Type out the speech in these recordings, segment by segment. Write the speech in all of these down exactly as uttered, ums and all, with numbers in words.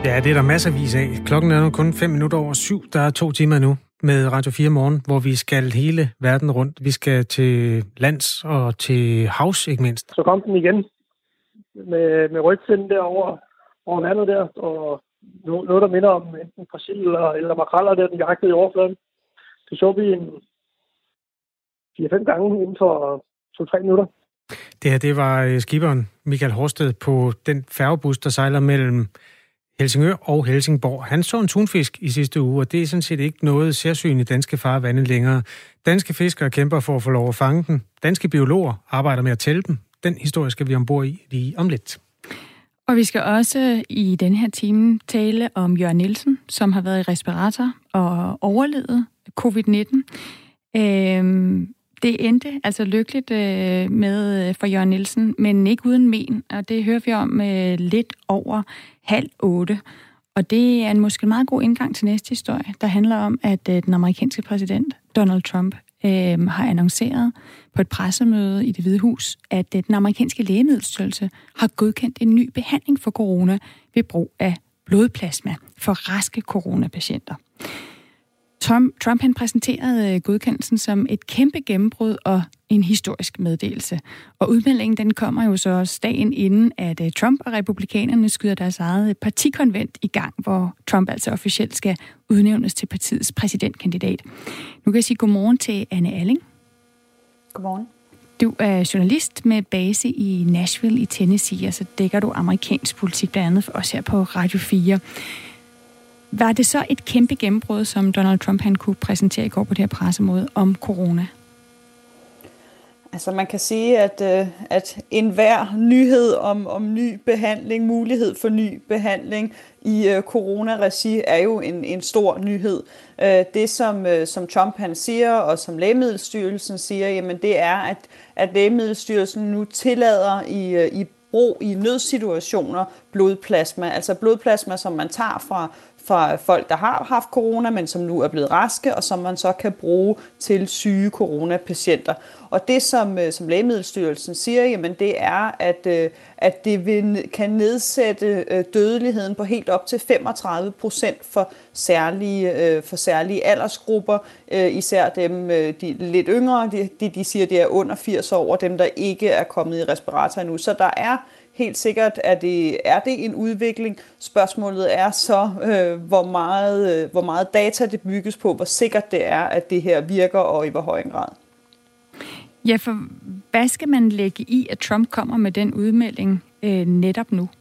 Ja, det er der masservis af. Klokken er nu kun fem minutter over syv. Der er to timer nu med Radio fire Morgen, hvor vi skal hele verden rundt. Vi skal til lands og til havs, ikke mindst. Så kom den igen med, med rygfinden derovre over vandet der, og noget, der minder om enten persil eller, eller makreller, der den jagtede i overfladen. Det så vi en fire fem gange inden for to tre minutter. Det her, det var skiperen Michael Horsted på den færgebus, der sejler mellem Helsingør og Helsingborg. Han så en tunfisk i sidste uge, og det er sådan set ikke noget særsyn i danske farvande længere. Danske fiskere kæmper for at få lov at fange den. Danske biologer arbejder med at tælle dem. Den historie skal vi ombord i lige om lidt. Og vi skal også i den her time tale om Jørgen Nielsen, som har været i respirator og overlevet covid nitten. Øhm, det endte altså lykkeligt øh, med for Jørgen Nielsen, men ikke uden men, og det hører vi om øh, lidt over halv otte. Og det er en måske meget god indgang til næste historie, der handler om, at øh, den amerikanske præsident Donald Trump øh, har annonceret på et pressemøde i Det Hvide Hus, at øh, den amerikanske lægemiddelstyrelse har godkendt en ny behandling for corona ved brug af blodplasma for raske coronapatienter. Tom, Trump han præsenterede godkendelsen som et kæmpe gennembrud og en historisk meddelelse. Og udmeldingen den kommer jo så også dagen inden, at Trump og republikanerne skyder deres eget partikonvent i gang, hvor Trump altså officielt skal udnævnes til partiets præsidentkandidat. Nu kan jeg sige godmorgen til Anne Alling. Godmorgen. Du er journalist med base i Nashville i Tennessee, og så dækker du amerikansk politik blandt andet for os her på Radio fire. Var det så et kæmpe gennembrud, som Donald Trump han kunne præsentere i går på det her pressemøde om corona? Altså man kan sige, at, at enhver nyhed om, om ny behandling, mulighed for ny behandling i uh, corona-regi er jo en, en stor nyhed. Uh, det som, uh, som Trump han siger, og som Lægemiddelstyrelsen siger, jamen det er, at, at Lægemiddelstyrelsen nu tillader i, uh, i brug i nødsituationer blodplasma. Altså blodplasma, som man tager fra fra folk, der har haft corona, men som nu er blevet raske, og som man så kan bruge til syge coronapatienter. Og det, som, som Lægemiddelstyrelsen siger, jamen det er, at, at det vil, kan nedsætte dødeligheden på helt op til femogtredive procent for særlige, for særlige aldersgrupper, især dem de lidt yngre, de, de siger, det er under firs år, og dem, der ikke er kommet i respirator endnu. Så der er helt sikkert, at det er det en udvikling. Spørgsmålet er så, øh, hvor, meget, øh, hvor meget data det bygges på, hvor sikkert det er, at det her virker, og i hvor høj en grad. Ja, for hvad skal man lægge i, at Trump kommer med den udmelding øh, netop nu?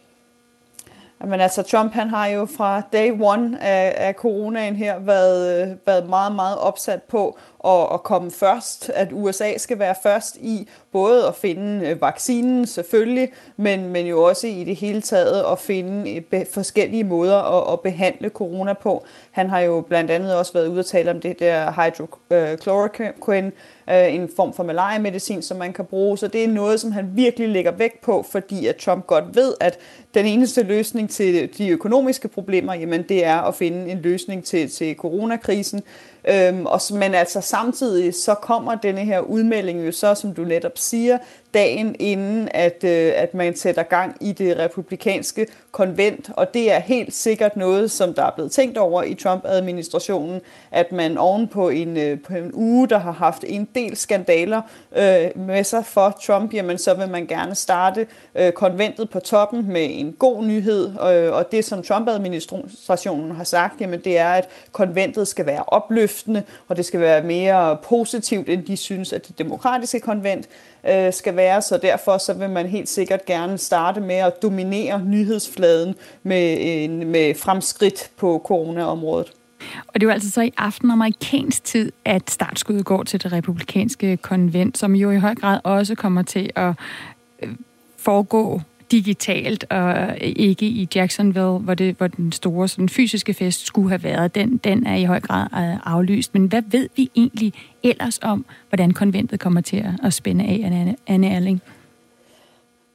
Men altså, Trump han har jo fra day one af, af coronaen her været, været meget, meget opsat på at, at komme først, at U S A skal være først i både at finde vaccinen selvfølgelig, men, men jo også i det hele taget at finde forskellige måder at, at behandle corona på. Han har jo blandt andet også været ude at tale om det der hydrochloroquine, en form for malaria-medicin, som man kan bruge. Så det er noget, som han virkelig lægger vægt på, fordi at Trump godt ved, at den eneste løsning til de økonomiske problemer, jamen det er at finde en løsning til, til coronakrisen. Øhm, og, men altså samtidig så kommer denne her udmelding jo så, som du netop siger, dagen inden, at, øh, at man sætter gang i det republikanske konvent, og det er helt sikkert noget, som der er blevet tænkt over i Trump-administrationen, at man oven på en, øh, på en uge, der har haft en del skandaler øh, med sig for Trump, jamen så vil man gerne starte øh, konventet på toppen med en god nyhed, øh, og det som Trump-administrationen har sagt, jamen det er, at konventet skal være opløftende, og det skal være mere positivt, end de synes, at det demokratiske konvent øh, skal være, så derfor så vil man helt sikkert gerne starte med at dominere nyhedsfladen med, en, med fremskridt på coronaområdet. Og det er jo altså så i aften amerikansk tid, at startskuddet går til det republikanske konvent, som jo i høj grad også kommer til at foregå digitalt og ikke i Jacksonville, hvor, det, hvor den store sådan, fysiske fest skulle have været. Den, den er i høj grad aflyst. Men hvad ved vi egentlig ellers om, hvordan konventet kommer til at spænde af, Anne, Anne Alling?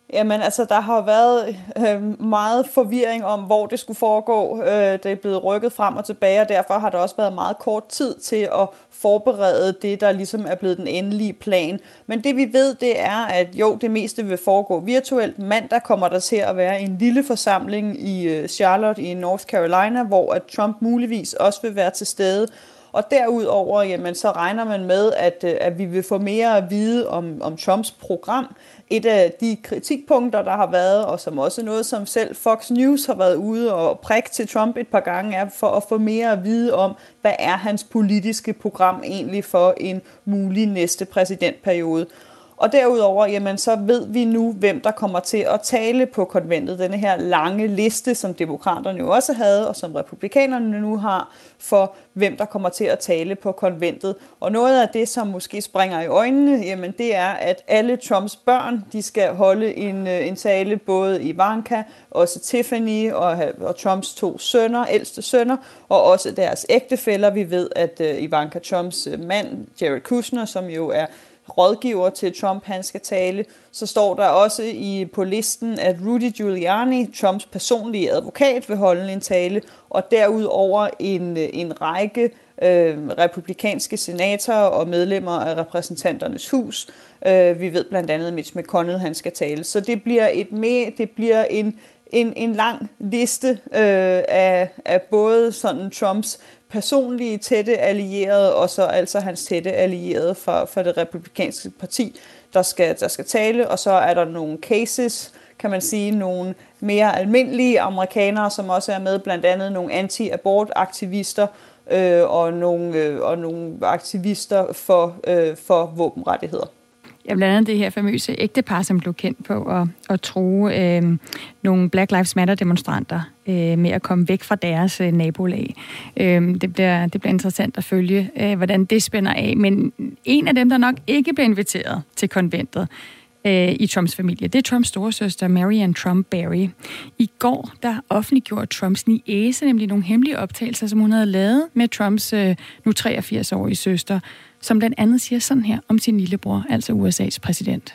Jamen, altså, der har været øh, meget forvirring om, hvor det skulle foregå. Øh, det er blevet rykket frem og tilbage, og derfor har der også været meget kort tid til at forberede det, der ligesom er blevet den endelige plan. Men det vi ved, det er, at jo, det meste vil foregå virtuelt. Mandag kommer der til at være en lille forsamling i Charlotte i North Carolina, hvor at Trump muligvis også vil være til stede. Og derudover, jamen, så regner man med, at, at vi vil få mere at vide om, om Trumps program. Et af de kritikpunkter, der har været, og som også noget, som selv Fox News har været ude og prikke til Trump et par gange, er for at få mere at vide om, hvad er hans politiske program egentlig for en mulig næste præsidentperiode. Og derudover, jamen, så ved vi nu, hvem der kommer til at tale på konventet. Denne her lange liste, som demokraterne jo også havde, og som republikanerne nu har, for hvem der kommer til at tale på konventet. Og noget af det, som måske springer i øjnene, jamen, det er, at alle Trumps børn, de skal holde en, en tale, både Ivanka, også Tiffany og, og Trumps to sønner, ældste sønner, og også deres ægtefæller. Vi ved, at uh, Ivanka Trumps mand, Jared Kushner, som jo er rådgiver til Trump, han skal tale. Så står der også i, på listen, at Rudy Giuliani, Trumps personlige advokat, vil holde en tale, og derudover en, en række øh, republikanske senatorer og medlemmer af repræsentanternes hus. Øh, vi ved blandt andet, at Mitch McConnell, han skal tale. Så det bliver, et med, det bliver en, en, en lang liste øh, af, af både sådan Trumps personlige tætte allierede, og så altså hans tætte allierede for, for det republikanske parti, der skal, der skal tale. Og så er der nogle cases, kan man sige, nogle mere almindelige amerikanere, som også er med, blandt andet nogle anti-abort-aktivister øh, og, nogle, øh, og nogle aktivister for, øh, for våbenrettigheder. Ja, blandt andet det her famøse ægtepar, som blev kendt på at, at true øh, nogle Black Lives Matter-demonstranter øh, med at komme væk fra deres øh, nabolag. Øh, det, bliver, det bliver interessant at følge, øh, hvordan det spænder af. Men en af dem, der nok ikke blev inviteret til konventet øh, i Trumps familie, det er Trumps storesøster, Marianne Trump Barry. I går, der offentliggjorde Trumps niece nemlig nogle hemmelige optagelser, som hun havde lavet med Trumps øh, nu treogfirs-årige søster, som blandt andet siger sådan her om sin lillebror, altså U S A's præsident.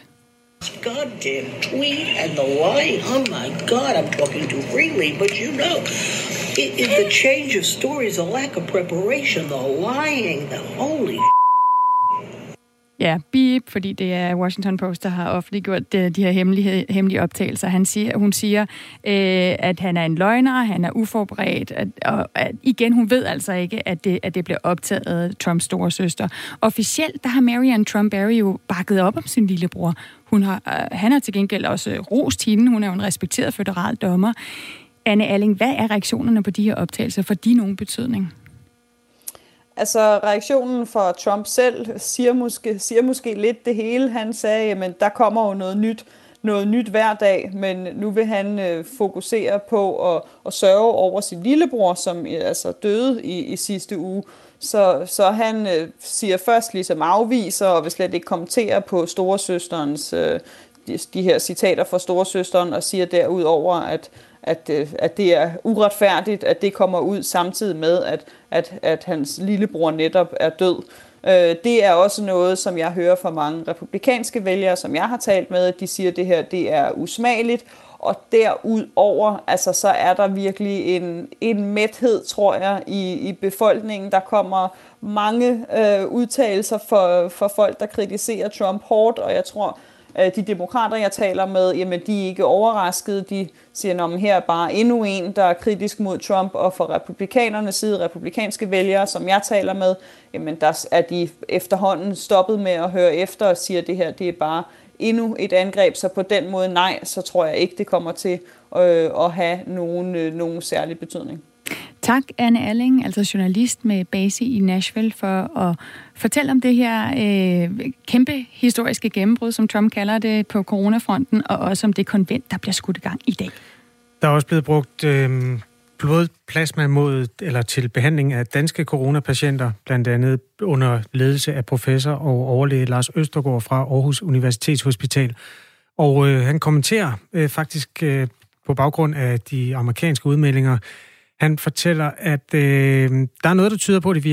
Goddamn tweet and the lying. Oh my God, I'm talking too freely, but you know, it, it, the change of stories, the lack of preparation, the lying, the holy. Ja, beep, fordi det er Washington Post, der har offentliggjort de, de her hemmelige, hemmelige optagelser. Han siger, hun siger, øh, at han er en løgner, han er uforberedt, at, og at, igen, hun ved altså ikke, at det, at det bliver optaget Trumps store søster. Officielt, der har Marianne Trump Barry jo bakket op om sin lillebror. Hun har, øh, han har til gengæld også rost hende, hun er jo en respekteret føderal dommer. Anne Alling, hvad er reaktionerne på de her optagelser? For de nogen betydning? Altså, reaktionen fra Trump selv siger måske, siger måske lidt det hele. Han sagde, jamen, der kommer jo noget nyt, noget nyt hver dag, men nu vil han øh, fokusere på at, at sørge over sin lillebror, som altså døde i, i sidste uge. Så, så han øh, siger først ligesom afviser og vil slet ikke kommentere på storesøsterens, øh, de, de her citater fra storesøsteren, og siger derudover, at At, at det er uretfærdigt, at det kommer ud samtidig med, at, at, at hans lillebror netop er død. Det er også noget, som jeg hører fra mange republikanske vælgere, som jeg har talt med, at de siger, at det her det er usmageligt. Og derudover, altså, så er der virkelig en, en mæthed, tror jeg, i, i befolkningen. Der kommer mange øh, udtalelser for, for folk, der kritiserer Trump hårdt, og jeg tror, de demokrater, jeg taler med, jamen, de er ikke overraskede. De siger, at her er bare endnu en, der er kritisk mod Trump, og for republikanernes side, republikanske vælgere, som jeg taler med, jamen, der er de efterhånden stoppet med at høre efter og siger, at det her det er bare endnu et angreb. Så på den måde, nej, så tror jeg ikke, det kommer til øh, at have nogen, øh, nogen særlig betydning. Tak, Anne Alling, altså journalist med base i Nashville, for at fortælle om det her øh, kæmpe historiske gennembrud, som Trump kalder det, på coronafronten, og også om det konvent, der bliver skudt i gang i dag. Der er også blevet brugt øh, blodplasma mod, eller til behandling af danske coronapatienter, blandt andet under ledelse af professor og overlæge Lars Østergaard fra Aarhus Universitetshospital. Og øh, han kommenterer øh, faktisk øh, på baggrund af de amerikanske udmeldinger. Han fortæller, at øh, der er noget, der tyder på, at det virker.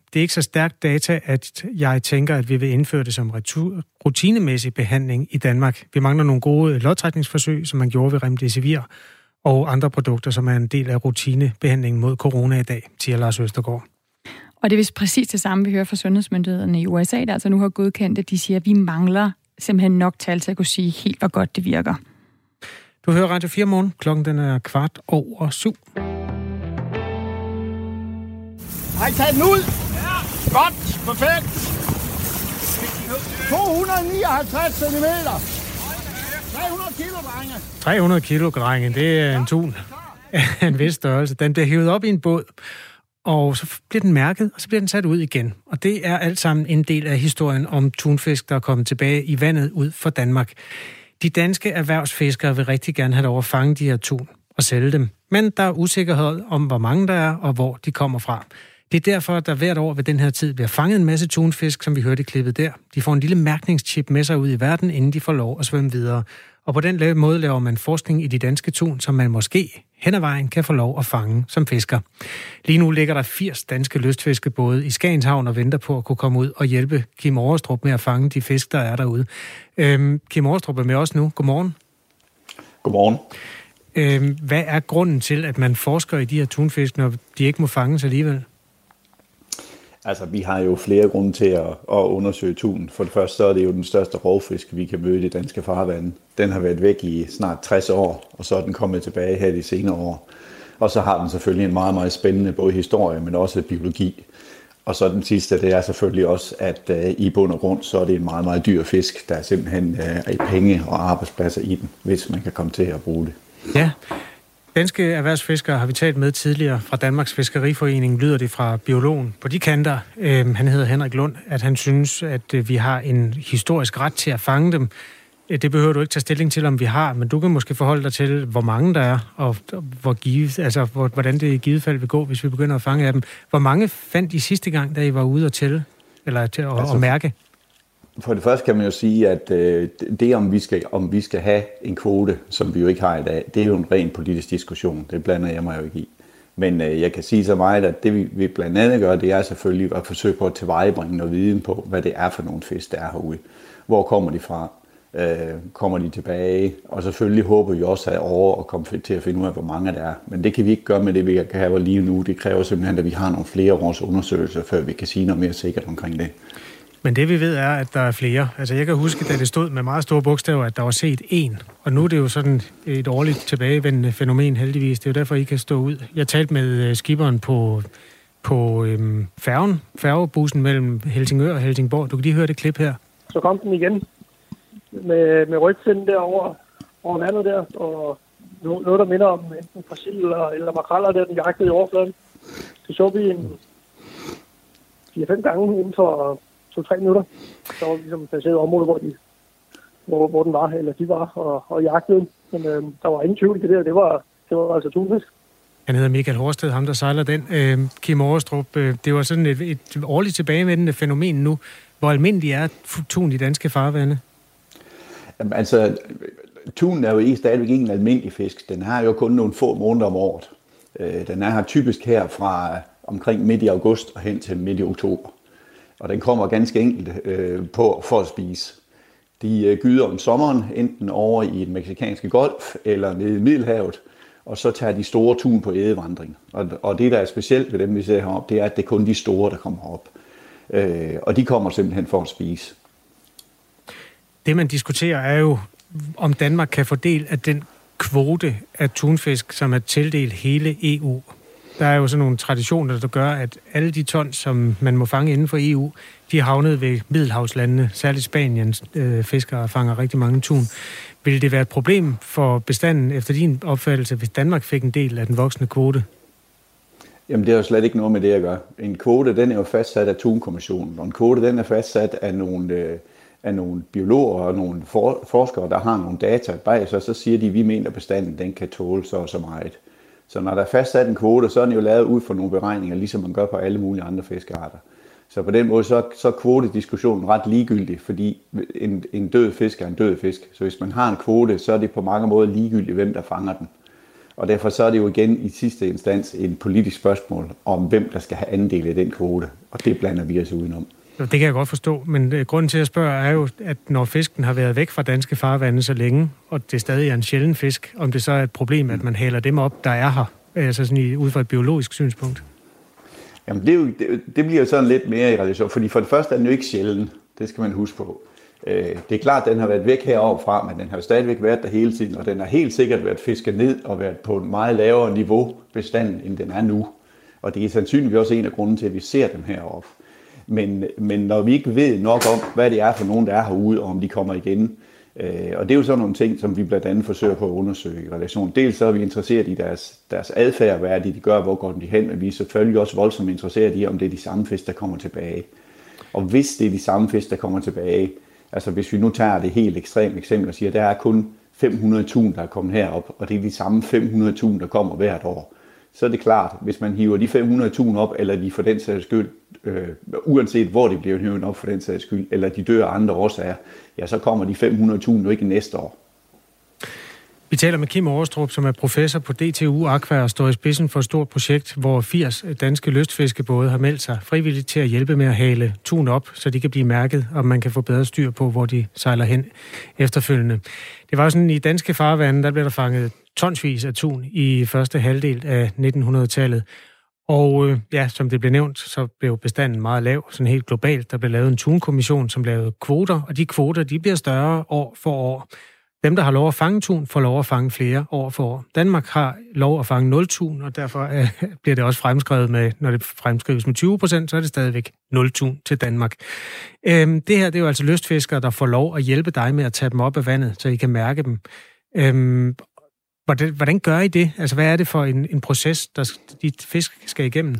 det er ikke så stærkt data, at jeg tænker, at vi vil indføre det som rutinemæssig behandling i Danmark. Vi mangler nogle gode lodtrækningsforsøg, som man gjorde ved Remdesivir, og andre produkter, som er en del af rutinebehandlingen mod corona i dag, siger Lars Østergaard. Og det er vist præcis det samme, vi hører fra sundhedsmyndighederne i U S A, der altså nu har godkendt, at de siger, at vi mangler simpelthen nok tal til at kunne sige helt, hvor godt det virker. Du hører Radio fire morgen. Klokken den er kvart over syv. Har I taget den ud? Ja. Godt. Perfekt. to hundrede og nioghalvtreds centimeter. tre hundrede kilo, drenge. tre hundrede kilo, drenge. Det er en tun af en vis størrelse. Den bliver hævet op i en båd, og så bliver den mærket, og så bliver den sat ud igen. Og det er alt sammen en del af historien om tunfisk, der er kommet tilbage i vandet ud for Danmark. De danske erhvervsfiskere vil rigtig gerne have lov at fange de her tun og sælge dem. Men der er usikkerhed om, hvor mange der er, og hvor de kommer fra. Det er derfor, at der hvert år ved den her tid bliver fanget en masse tunfisk, som vi hørte i klippet der. De får en lille mærkningschip med sig ud i verden, inden de får lov at svømme videre. Og på den måde laver man forskning i de danske tun, som man måske hen ad vejen kan få lov at fange som fisker. Lige nu ligger der firs danske lystfiskebåde i Skagens Havn og venter på at kunne komme ud og hjælpe Kim Overstrup med at fange de fisk, der er derude. Øhm, Kim Overstrup er med os nu. Godmorgen. Godmorgen. Øhm, hvad er grunden til, at man forsker i de her tunfisk, når de ikke må fanges alligevel? Altså, vi har jo flere grunde til at, at undersøge tun. For det første, så er det jo den største rovfisk, vi kan møde i det danske farvand. Den har været væk i snart tres år, og så er den kommet tilbage her de senere år. Og så har den selvfølgelig en meget, meget spændende både historie, men også biologi. Og så den sidste, det er selvfølgelig også, at uh, i bund og grund, så er det en meget, meget dyr fisk, der simpelthen uh, er penge og arbejdspladser i den, hvis man kan komme til at bruge det. Ja. Danske erhvervsfiskere har vi talt med tidligere fra Danmarks Fiskeriforening, lyder det fra biologen på de kanter. Øh, han hedder Henrik Lund, at han synes, at øh, vi har en historisk ret til at fange dem. Det behøver du ikke tage stilling til, om vi har, men du kan måske forholde dig til, hvor mange der er, og hvor givet, altså, hvor, hvordan det i givet fald vil gå, hvis vi begynder at fange af dem. Hvor mange fandt I sidste gang, da I var ude og tælle, eller til at, altså, at mærke? For det første kan man jo sige, at øh, det, om vi, skal, om vi skal have en kvote, som vi jo ikke har i dag, det er jo en ren politisk diskussion. Det blander jeg mig jo ikke i. Men øh, jeg kan sige så meget, at det vi, vi blandt andet gør, det er selvfølgelig at forsøge på at tilvejebringe noget viden på, hvad det er for nogle fisk, der er herude. Hvor kommer de fra? Øh, kommer de tilbage? Og selvfølgelig håber vi også at over og komme til at finde ud af, hvor mange der er. Men det kan vi ikke gøre med det, vi kan have lige nu. Det kræver simpelthen, at vi har nogle flere års undersøgelser, før vi kan sige noget mere sikkert omkring det. Men det vi ved er, at der er flere. Altså jeg kan huske, da det stod med meget store bogstaver, at der var set én. Og nu er det jo sådan et årligt tilbagevendende fænomen heldigvis. Det er jo derfor, I kan stå ud. Jeg talte med skiberen på, på øhm, færgen, færgebussen mellem Helsingør og Helsingborg. Du kan lige høre det klip her. Så kom den igen med, med rygfinden derovre over vandet der, og noget, der minder om enten brasil eller, eller makreller der, den jagtede i overfladen. Det så vi en fire fem gange inden for to-tre minutter. Så var vi ligesom placeret område, hvor, de, hvor, hvor den var, eller de var, og, og jagtede. Men øh, der var ingen tvivl i det der. Det var, det var altså tunfisk. Han hedder Michael Horsted, ham der sejler den. Øh, Kim Overstrup, øh, det var sådan et, et årligt tilbagevendende fænomen nu. Hvor almindelig er tun i danske farvande? Jamen, altså, tun er jo ikke stadigvæk ikke en almindelig fisk. Den har jo kun nogle få måneder om året. Øh, den er her typisk her fra omkring midt i august og hen til midt i oktober. Og den kommer ganske enkelt øh, på for at spise. De øh, gyder om sommeren, enten over i den mexikanske golf eller nede i Middelhavet, og så tager de store tun på ædevandring. Og, og det, der er specielt ved dem, vi ser heroppe, det er, at det er kun de store, der kommer op. Øh, og de kommer simpelthen for at spise. Det, man diskuterer, er jo, om Danmark kan få del af den kvote af tunfisk, som er tildelt hele E U. Der er jo sådan nogle traditioner, der gør, at alle de tons, som man må fange inden for E U, de er havnet ved Middelhavslandene, særligt Spaniens øh, fiskere fanger rigtig mange tun. Vil det være et problem for bestanden efter din opfattelse, hvis Danmark fik en del af den voksne kvote? Jamen, det er jo slet ikke noget med det at gøre. En kvote, den er jo fastsat af Tunkommissionen, og en kvote, den er fastsat af nogle, øh, af nogle biologer og nogle for, forskere, der har nogle data bag sig, så siger de, at vi mener, at bestanden den kan tåle så og så meget. Så når der er fastsat en kvote, så er den jo lavet ud fra nogle beregninger, ligesom man gør på alle mulige andre fiskearter. Så på den måde, så, så er kvotediskussionen ret ligegyldig, fordi en, en død fisk er en død fisk. Så hvis man har en kvote, så er det på mange måder ligegyldigt, hvem der fanger den. Og derfor så er det jo igen i sidste instans en politisk spørgsmål om, hvem der skal have andel i den kvote. og det blander vi os udenom. Det kan jeg godt forstå, men øh, grunden til at spørge er jo, at når fisken har været væk fra danske farvande så længe, og det stadig er en sjælden fisk, om det så er et problem, at man hæler dem op, der er her, altså sådan i, ud fra et biologisk synspunkt. Jamen det, er jo, det, det bliver jo sådan lidt mere i relation, fordi for det første er den jo ikke sjælden, det skal man huske på. Øh, det er klart, at den har været væk heroppe fra, men den har jo stadigvæk været der hele tiden, og den har helt sikkert været fisket ned og været på et meget lavere niveau bestand, end den er nu. Og det er sandsynligvis også en af grunden til, at vi ser dem heroppe. Men, men når vi ikke ved nok om, hvad det er for nogen, der er herude, og om de kommer igen, øh, og det er jo sådan nogle ting, som vi blandt andet forsøger på at undersøge i relation. Dels så er vi interesseret i deres, deres adfærd, hvad er det, de gør, hvor går de hen, men vi er selvfølgelig også voldsomt interesseret i, om det er de samme fisk, der kommer tilbage. Og hvis det er de samme fisk, der kommer tilbage, altså hvis vi nu tager det helt ekstremt eksempel og siger, at der er kun fem hundrede tusind, der er kommet herop, og det er de samme fem hundrede tusind, der kommer hvert år, så er det klart, hvis man hiver de fem hundrede tusind op, eller de for den sags skyld, øh, uanset hvor de bliver hivet op for den sags skyld, eller de dør af andre årsager, ja, så kommer de fem hundrede tusind jo ikke næste år. Vi taler med Kim Overstrup, som er professor på D T U Aqua og står i spidsen for et stort projekt, hvor firs danske lystfiskebåde har meldt sig frivilligt til at hjælpe med at hale tun op, så de kan blive mærket, og man kan få bedre styr på, hvor de sejler hen efterfølgende. Det var sådan, i danske farvande, der blev der fanget tonsvis af tun i første halvdel af nitten hundrede-tallet. Og ja, som det blev nævnt, så blev bestanden meget lav, sådan helt globalt. Der blev lavet en tunkommission, som lavede kvoter, og de kvoter, de bliver større år for år. Dem, der har lov at fange tun, får lov at fange flere år for år. Danmark har lov at fange nul tun, og derfor øh, bliver det også fremskrevet med, når det fremskrives med tyve procent, så er det stadigvæk nul tun til Danmark. Øhm, det her, det er jo altså lystfiskere, der får lov at hjælpe dig med at tage dem op af vandet, så I kan mærke dem. Øhm, hvordan, hvordan gør I det? Altså, hvad er det for en, en proces, der de fisk skal igennem?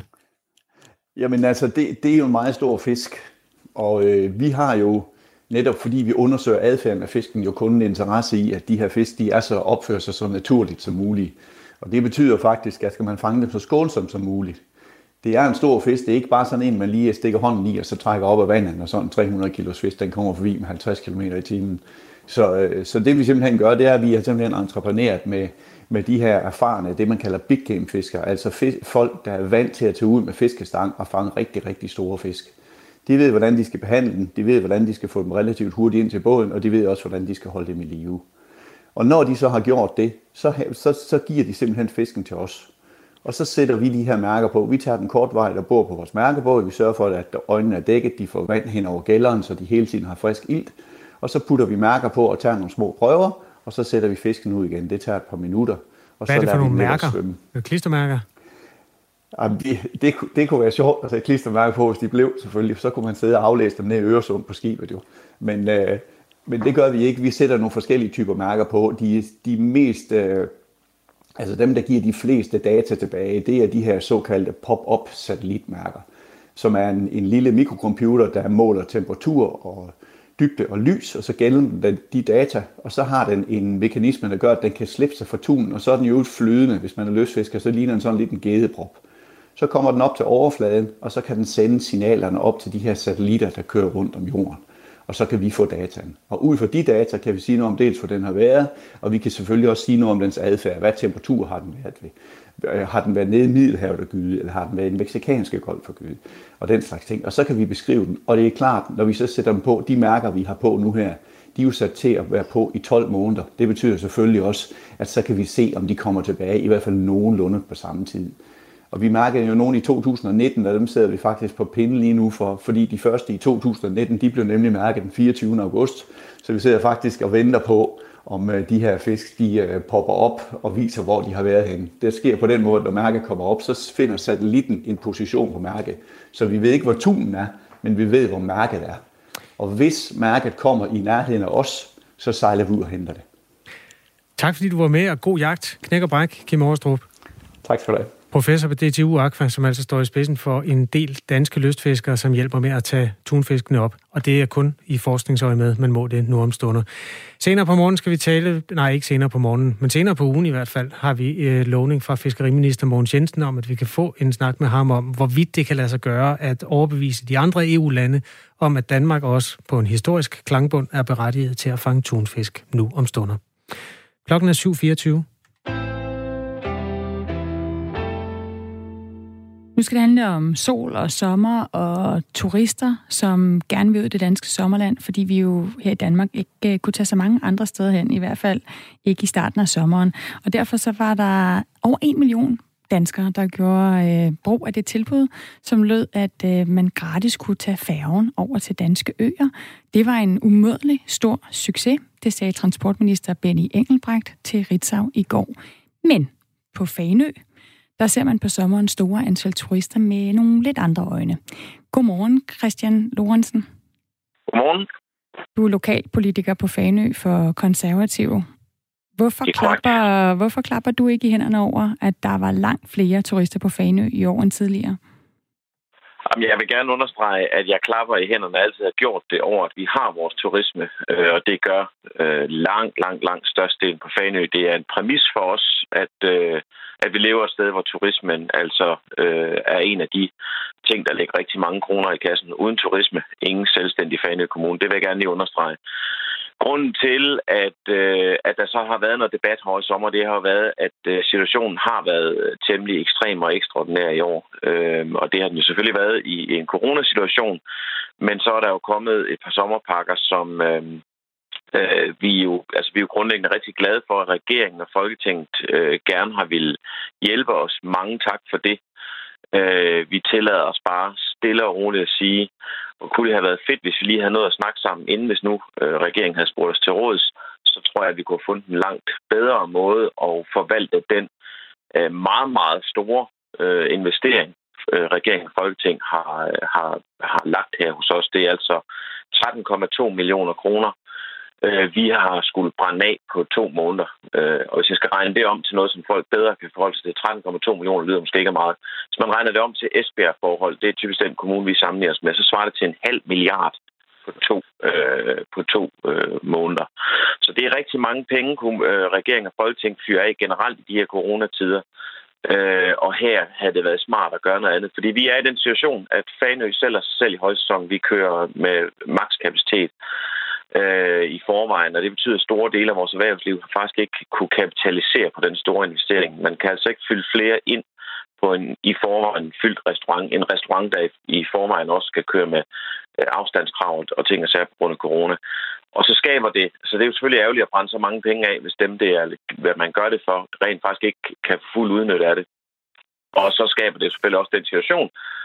Jamen altså, det, det er jo en meget stor fisk, og øh, vi har jo netop fordi vi undersøger adfærden af fisken, jo kun en interesse i, at de her fisk, de er så opfører sig så naturligt som muligt. Og det betyder faktisk, at skal man fange dem så skånsomt som muligt. Det er en stor fisk, det er ikke bare sådan en, man lige stikker hånden i, og så trækker op af vandet, og sådan en tre hundrede kilos fisk, den kommer forbi med halvtreds kilometer i timen. Så, så det vi simpelthen gør, det er, at vi har simpelthen entrepreneret med, med de her erfarne, det man kalder big game fiskere, altså fisk, folk, der er vant til at tage ud med fiskestang og fange rigtig, rigtig store fisk. De ved, hvordan de skal behandle dem, de ved, hvordan de skal få dem relativt hurtigt ind til båden, og de ved også, hvordan de skal holde dem i live. Og når de så har gjort det, så, så, så giver de simpelthen fisken til os. Og så sætter vi de her mærker på. Vi tager den kortvej, der bor på vores mærkebåd. Vi sørger for, at øjnene er dækket, de får vand hen over gælderen, så de hele tiden har frisk ilt. Og så putter vi mærker på og tager nogle små prøver, og så sætter vi fisken ud igen. Det tager et par minutter. Og hvad er det så for nogle mærker? Klistermærker? Jamen, det, det, det kunne være sjovt at sætte klistermærker på, hvis de blev selvfølgelig. Så kunne man sidde og aflæse dem ned i Øresund på skibet jo. Men, øh, men det gør vi ikke. Vi sætter nogle forskellige typer mærker på. De, de mest, øh, altså dem, der giver de fleste data tilbage, det er de her såkaldte pop-up satellitmærker, som er en, en lille mikrocomputer, der måler temperatur og dybde og lys, og så gælder den de data, og så har den en mekanisme, der gør, at den kan slippe sig fra tunen, og så er den jo flydende. Hvis man er lystfisker, så ligner den sådan lidt en gedeprop. Så kommer den op til overfladen, og så kan den sende signalerne op til de her satellitter, der kører rundt om jorden. Og så kan vi få dataen. Og ud fra de data kan vi sige noget om dels, hvor den har været, og vi kan selvfølgelig også sige noget om dens adfærd. Hvad temperatur har den været ved? Har den været nede i Middelhavet og gyde, eller har den været i den meksikanske golf og gyde? Og den slags ting. Og så kan vi beskrive den. Og det er klart, når vi så sætter dem på, de mærker, vi har på nu her, de er jo sat til at være på i tolv måneder. Det betyder selvfølgelig også, at så kan vi se, om de kommer tilbage, i hvert fald nogenlunde på samme tid. Og vi mærkede jo nogen i to tusind nitten, og dem sidder vi faktisk på pinden lige nu for, fordi de første i to tusind nitten, de blev nemlig mærket den fireogtyvende august. Så vi sidder faktisk og venter på, om de her fisk, de popper op og viser, hvor de har været henne. Det sker på den måde, når mærket kommer op, så finder satellitten en position på mærket. Så vi ved ikke, hvor tunen er, men vi ved, hvor mærket er. Og hvis mærket kommer i nærheden af os, så sejler vi ud og henter det. Tak fordi du var med, og god jagt. Knæk og bræk, Kim Overstrup. Tak skal du have. Professor på D T U Aqua, som altså står i spidsen for en del danske lystfiskere, som hjælper med at tage tunfiskene op. Og det er kun i forskningsøje med, man må det nu om stunder. Senere på morgen skal vi tale, nej ikke senere på morgenen, men senere på ugen i hvert fald, har vi øh, lovning fra fiskeriminister Mogens Jensen om, at vi kan få en snak med ham om, hvorvidt det kan lade sig gøre at overbevise de andre E U-lande om, at Danmark også på en historisk klangbund er berettiget til at fange tunfisk nu om stunder. Klokken er syv fireogtyve. Nu skal det handle om sol og sommer og turister, som gerne vil ud i det danske sommerland, fordi vi jo her i Danmark ikke kunne tage så mange andre steder hen, i hvert fald ikke i starten af sommeren. Og derfor så var der over en million danskere, der gjorde øh, brug af det tilbud, som lød, at øh, man gratis kunne tage færgen over til danske øer. Det var en umådelig stor succes, det sagde transportminister Benny Engelbrecht til Ritzau i går. Men på Fanø, der ser man på sommeren store antal turister med nogle lidt andre øjne. Godmorgen, Christian Lorentzen. Godmorgen. Du er lokalpolitiker på Fanø for Konservative. Hvorfor klapper, hvorfor klapper du ikke i hænderne over, at der var langt flere turister på Fanø i år end tidligere? Jamen, jeg vil gerne understrege, at jeg klapper i hænderne og altid har gjort det over, at vi har vores turisme, øh, og det gør øh, langt, langt, langt størstedelen på Fanø. Det er en præmis for os, at, øh, at vi lever et sted, hvor turismen altså øh, er en af de ting, der lægger rigtig mange kroner i kassen. Uden turisme, ingen selvstændig Fanø Kommune. Det vil jeg gerne lige understrege. Grunden til, at, øh, at der så har været noget debat her i sommer, det har været, at øh, situationen har været temmelig ekstrem og ekstraordinær i år. Øh, og det har den jo selvfølgelig været i, i en coronasituation. Men så er der jo kommet et par sommerpakker, som øh, øh, vi, jo, altså, vi er jo grundlæggende rigtig glade for, at regeringen og Folketinget øh, gerne har ville hjælpe os. Mange tak for det. Øh, vi tillader os bare stille og roligt at sige, og kunne det have været fedt, hvis vi lige havde noget at snakke sammen, inden hvis nu øh, regeringen havde spurgt os til råds, så tror jeg, at vi kunne have fundet en langt bedre måde at forvalte den øh, meget, meget store øh, investering, øh, regeringen og Folketing har, har, har lagt her hos os. Det er altså tretten komma to millioner kroner. Vi har skulle brænde af på to måneder. Og hvis jeg skal regne det om til noget, som folk bedre kan forholde sig til, tretten komma to millioner lyder måske ikke meget. Hvis man regner det om til Esbjerg-forhold, det er typisk den kommune, vi sammenligner os med, så svarer det til en halv milliard på to, øh, på to øh, måneder. Så det er rigtig mange penge, øh, regeringen og Folketing fyrer af generelt i de her coronatider. Øh, og her havde det været smart at gøre noget andet. Fordi vi er i den situation, at Fanø sælger sig selv i højsæson. Vi kører med makskapacitet øh, i forvejen, og det betyder, at store dele af vores erhvervsliv har faktisk ikke kunne kapitalisere på den store investering. Man kan altså ikke fylde flere ind på en i forvejen fyldt restaurant. En restaurant, der i forvejen også skal køre med afstandskrav og ting og sager på grund af corona. Og så skaber det, så det er jo selvfølgelig ærgerligt at brænde så mange penge af, hvis dem, det er, hvad man gør det for, rent faktisk ikke kan få fuld udnytte af det. Og så skaber det selvfølgelig også den situation,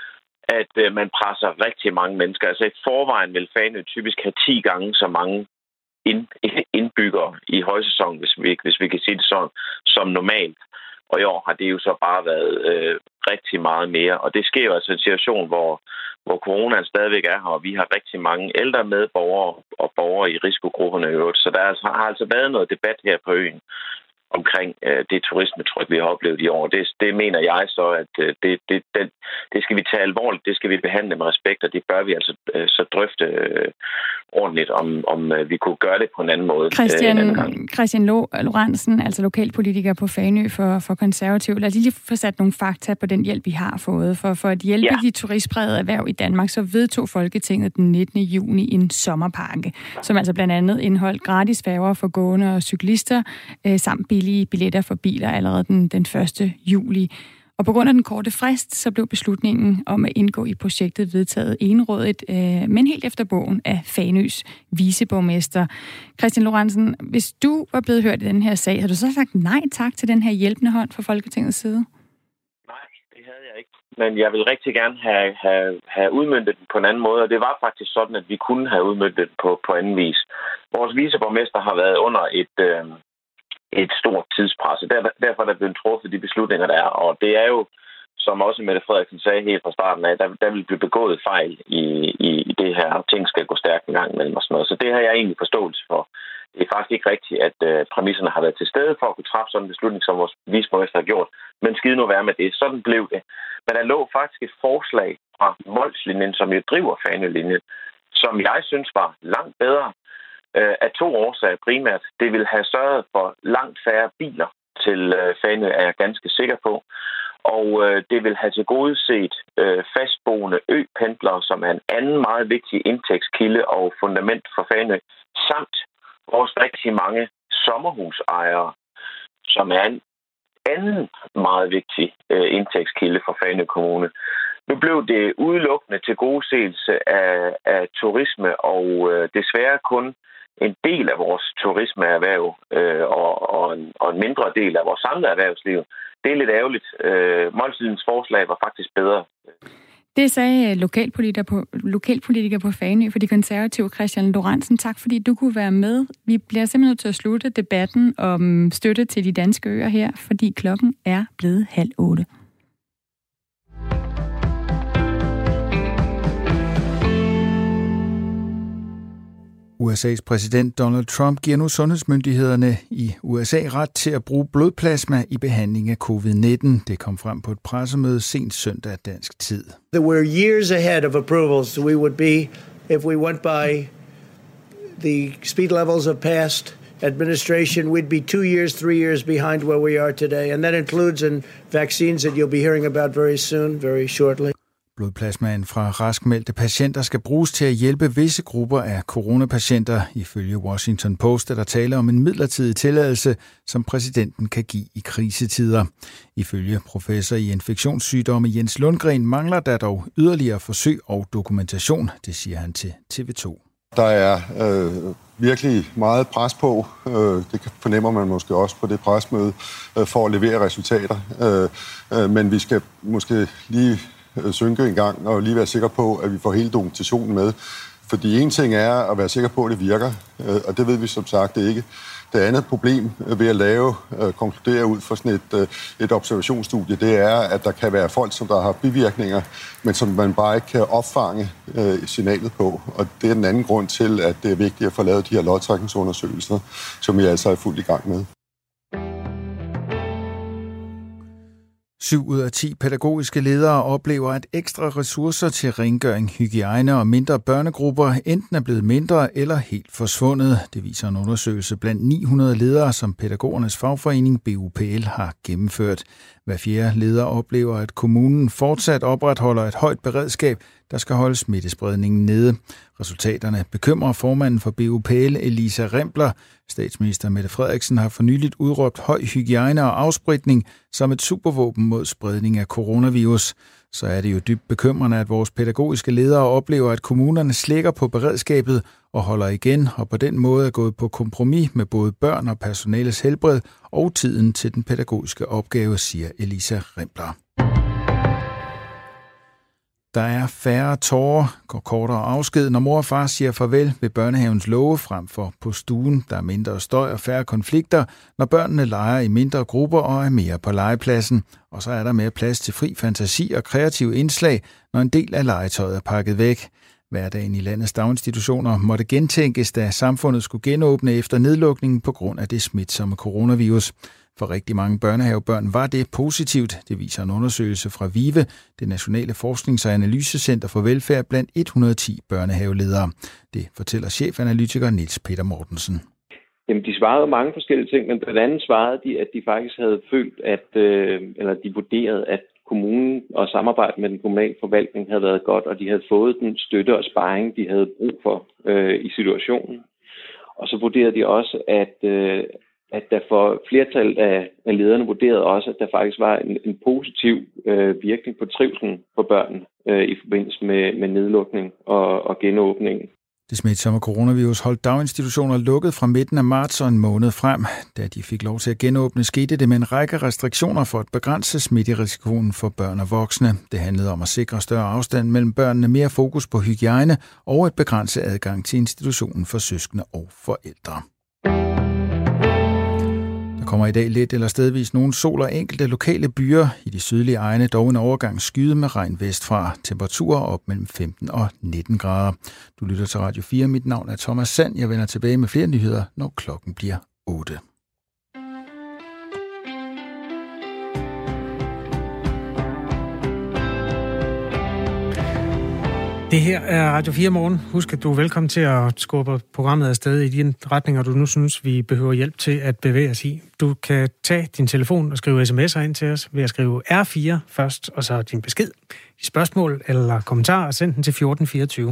at øh, man presser rigtig mange mennesker. Altså i forvejen vil Fanø typisk have ti gange så mange ind, indbyggere i højsæson, hvis vi, hvis vi kan sige det sådan, som normalt. Og i år har det jo så bare været øh, rigtig meget mere. Og det sker jo altså en situation, hvor, hvor coronaen stadigvæk er her, og vi har rigtig mange ældre medborgere og borgere i risikogrupperne i øvrigt. Så der har altså været noget debat her på øen omkring øh, det turismetryk, vi har oplevet i år. Det, det mener jeg så, at øh, det, det, det, det skal vi tage alvorligt, det skal vi behandle med respekt, og det bør vi altså øh, så drøfte øh, ordentligt, om, om øh, vi kunne gøre det på en anden måde. Christian, øh, Christian Lorentzen, altså lokalpolitiker på Fanø for, for Konservative. Lad os lige få sat nogle fakta på den hjælp, vi har fået. For, for at hjælpe ja. de turistprægede erhverv i Danmark, så vedtog Folketinget den nittende juni en sommerpakke, som altså blandt andet indeholdt gratis færger for gående og cyklister, øh, samt billige billetter for biler allerede den, den første juli. Og på grund af den korte frist, så blev beslutningen om at indgå i projektet vedtaget enrådigt, øh, men helt efter bogen af Fanøs viceborgmester. Christian Lorentzen, hvis du var blevet hørt i den her sag, har du så sagt nej tak til den her hjælpende hånd fra Folketingets side? Nej, det havde jeg ikke. Men jeg vil rigtig gerne have, have, have udmøntet den på en anden måde, og det var faktisk sådan, at vi kunne have udmøntet den på, på anden vis. Vores viceborgmester har været under et... Øh, et stort tidspres. Der, derfor er der blevet truffet de beslutninger, der er. Og det er jo, som også Mette Frederiksen sagde helt fra starten af, der, der vil blive begået fejl i, i, i det her. Ting skal gå stærkt en gang imellem og sådan noget. Så det har jeg egentlig forståelse for. Det er faktisk ikke rigtigt, at uh, præmisserne har været til stede for at kunne træffe sådan en beslutning, som vores viceborgmester har gjort. Men skide nu være med det. Sådan blev det. Men der lå faktisk et forslag fra Molslinjen, som jo driver Fanø-linjen, som jeg synes var langt bedre. Af to årsager primært. Det vil have sørget for langt færre biler til Fanø, er jeg ganske sikker på. Og det vil have tilgodeset fastboende øpendlere, som er en anden meget vigtig indtægtskilde og fundament for Fanø, samt vores rigtig mange sommerhusejere, som er en anden meget vigtig øh, indtægtskilde for Fanø Kommune. Nu blev det udelukkende til godeseelse af, af turisme, og øh, desværre kun en del af vores turismeerhverv øh, og, og, en, og en mindre del af vores samlede erhvervsliv. Det er lidt ærgerligt. Øh, Måltidens forslag var faktisk bedre. Det sagde lokalpolitiker på, lokalpolitiker på Fanø for de konservative, Christian Lorentzen. Tak, fordi du kunne være med. Vi bliver simpelthen nødt til at slutte debatten om støtte til de danske øer her, fordi klokken er blevet halv otte. U S A's præsident Donald Trump giver nu sundhedsmyndighederne i U S A ret til at bruge blodplasma i behandling af covid nitten. Det kom frem på et pressemøde sent søndag dansk tid. There were years ahead of approvals. We would be, if we went by the speed levels of past administration, we'd be two years, three years behind where we are today. And that includes in vaccines that you'll be hearing about very soon, very shortly. Blodplasmaen fra raskmeldte patienter skal bruges til at hjælpe visse grupper af coronapatienter. Ifølge Washington Post er der tale om en midlertidig tilladelse, som præsidenten kan give i krisetider. Ifølge professor i infektionssygdomme Jens Lundgren mangler der dog yderligere forsøg og dokumentation, det siger han til T V to. Der er øh, virkelig meget pres på, øh, det fornemmer man måske også på det presmøde, øh, for at levere resultater. Øh, øh, men vi skal måske lige synke en gang og lige være sikker på, at vi får hele dokumentationen med. Fordi en ting er at være sikker på, at det virker, og det ved vi som sagt ikke. Det andet problem ved at lave, konkludere ud fra sådan et, et observationsstudie, det er, at der kan være folk, som der har bivirkninger, men som man bare ikke kan opfange signalet på. Og det er den anden grund til, at det er vigtigt at få lavet de her lodtrækningsundersøgelser, som vi altså er fuldt i gang med. Syv ud af ti pædagogiske ledere oplever, at ekstra ressourcer til rengøring, hygiejne og mindre børnegrupper enten er blevet mindre eller helt forsvundet. Det viser en undersøgelse blandt ni hundrede ledere, som pædagogernes fagforening B U P L har gennemført. Hver fjerde leder oplever, at kommunen fortsat opretholder et højt beredskab, der skal holde smittespredningen nede. Resultaterne bekymrer formanden for B U P L, Elisa Rempler. Statsminister Mette Frederiksen har for nyligt udråbt høj hygiejne og afspritning som et supervåben mod spredning af coronavirus. Så er det jo dybt bekymrende, at vores pædagogiske ledere oplever, at kommunerne slækker på beredskabet og holder igen, og på den måde er gået på kompromis med både børn og personales helbred og tiden til den pædagogiske opgave, siger Elisa Rempler. Der er færre tårer, går kortere afsked, når mor og far siger farvel ved børnehavens låge frem for på stuen. Der er mindre støj og færre konflikter, når børnene leger i mindre grupper og er mere på legepladsen. Og så er der mere plads til fri fantasi og kreative indslag, når en del af legetøjet er pakket væk. Hverdagen i landets daginstitutioner måtte gentænkes, da samfundet skulle genåbne efter nedlukningen på grund af det smitsomme coronavirus. For rigtig mange børnehavebørn var det positivt. Det viser en undersøgelse fra VIVE, det Nationale Forsknings- og Analysecenter for Velfærd, blandt et hundrede og ti børnehaveledere. Det fortæller chefanalytiker Niels Peter Mortensen. Jamen, de svarede jo mange forskellige ting, men blandt andet svarede de, at de faktisk havde følt, at, øh, eller de vurderede, at kommunen og samarbejdet med den kommunale forvaltning havde været godt, og de havde fået den støtte og sparring, de havde brug for øh, i situationen. Og så vurderede de også, at øh, at der for flertallet af, af lederne vurderede også, at der faktisk var en, en positiv øh, virkning på trivslen på børn øh, i forbindelse med, med nedlukning og, og genåbning. Det smitsomme coronavirus holdt daginstitutioner lukket fra midten af marts og en måned frem. Da de fik lov til at genåbne, skete det med en række restriktioner for at begrænse smitterisikoen for børn og voksne. Det handlede om at sikre større afstand mellem børnene, mere fokus på hygiejne og et begrænset adgang til institutionen for søskende og forældre. Der kommer i dag lidt eller stedvis nogle sol og enkelte lokale byer. I de sydlige egne dog en overgang skyde med regn vestfra. Temperaturer op mellem femten og nitten grader. Du lytter til Radio fire. Mit navn er Thomas Sand. Jeg vender tilbage med flere nyheder, når klokken bliver otte. Det her er Radio fire Morgen. Husk, at du er velkommen til at skubbe programmet afsted i de retninger, du nu synes, vi behøver hjælp til at bevæge os i. Du kan tage din telefon og skrive sms'er ind til os ved at skrive R fire først, og så din besked, dit spørgsmål eller kommentar, og send den til fjorten fireogtyve.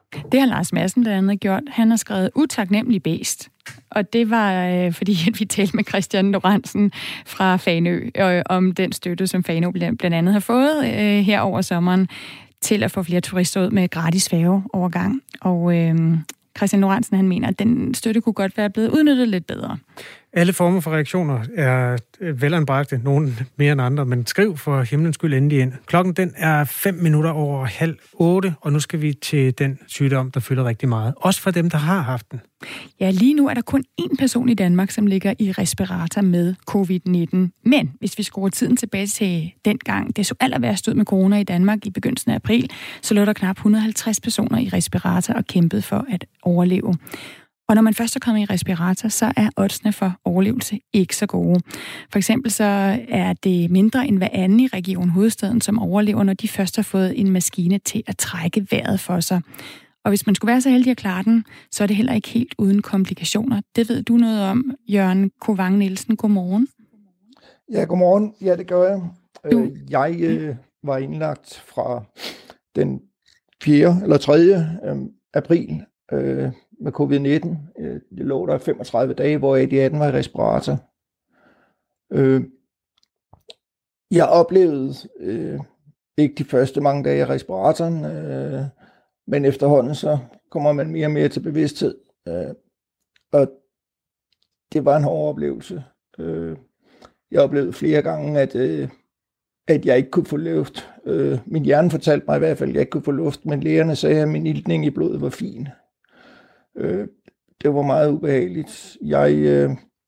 Det har Lars Madsen blandt andet gjort. Han har skrevet utaknemmelig bæst. Og det var, øh, fordi at vi talte med Christian Lorentzen fra Fanø øh, om den støtte, som Fanø blandt andet har fået øh, her over sommeren til at få flere turister ud med gratis færgeovergang. Og øh, Christian Lorentzen, han mener, at den støtte kunne godt være blevet udnyttet lidt bedre. Alle former for reaktioner er velanbragte, nogen mere end andre, men skriv for himlens skyld endelig ind. Klokken den er fem minutter over halv otte, og nu skal vi til den sygdom, der fylder rigtig meget. Også for dem, der har haft den. Ja, lige nu er der kun én person i Danmark, som ligger i respirator med covid nitten. Men hvis vi skruer tiden tilbage til dengang, det så aller værst ud med corona i Danmark i begyndelsen af april, så lå der knap et hundrede og halvtreds personer i respirator og kæmpede for at overleve. Og når man først er kommet i respirator, så er oddsene for overlevelse ikke så gode. For eksempel så er det mindre end hver anden i Region Hovedstaden, som overlever, når de først har fået en maskine til at trække vejret for sig. Og hvis man skulle være så heldig at klare den, så er det heller ikke helt uden komplikationer. Det ved du noget om, Jørgen Kovang Nielsen. Godmorgen. Ja, godmorgen. Ja, det gør jeg. Du. Jeg øh, var indlagt fra den fjerde eller tredje Øh, april øh, med covid nitten. Det lå der femogtredive dage, hvor de atten var i respirator. Øh, jeg oplevede øh, ikke de første mange dage i respiratoren, øh, men efterhånden så kommer man mere og mere til bevidsthed. Øh, og det var en hård oplevelse. Øh, jeg oplevede flere gange, at, øh, at jeg ikke kunne få luft. Øh, min hjerne fortalte mig i hvert fald, at jeg ikke kunne få luft, men lægerne sagde, at min iltning i blodet var fin. Øh, det var meget ubehageligt. Jeg øh,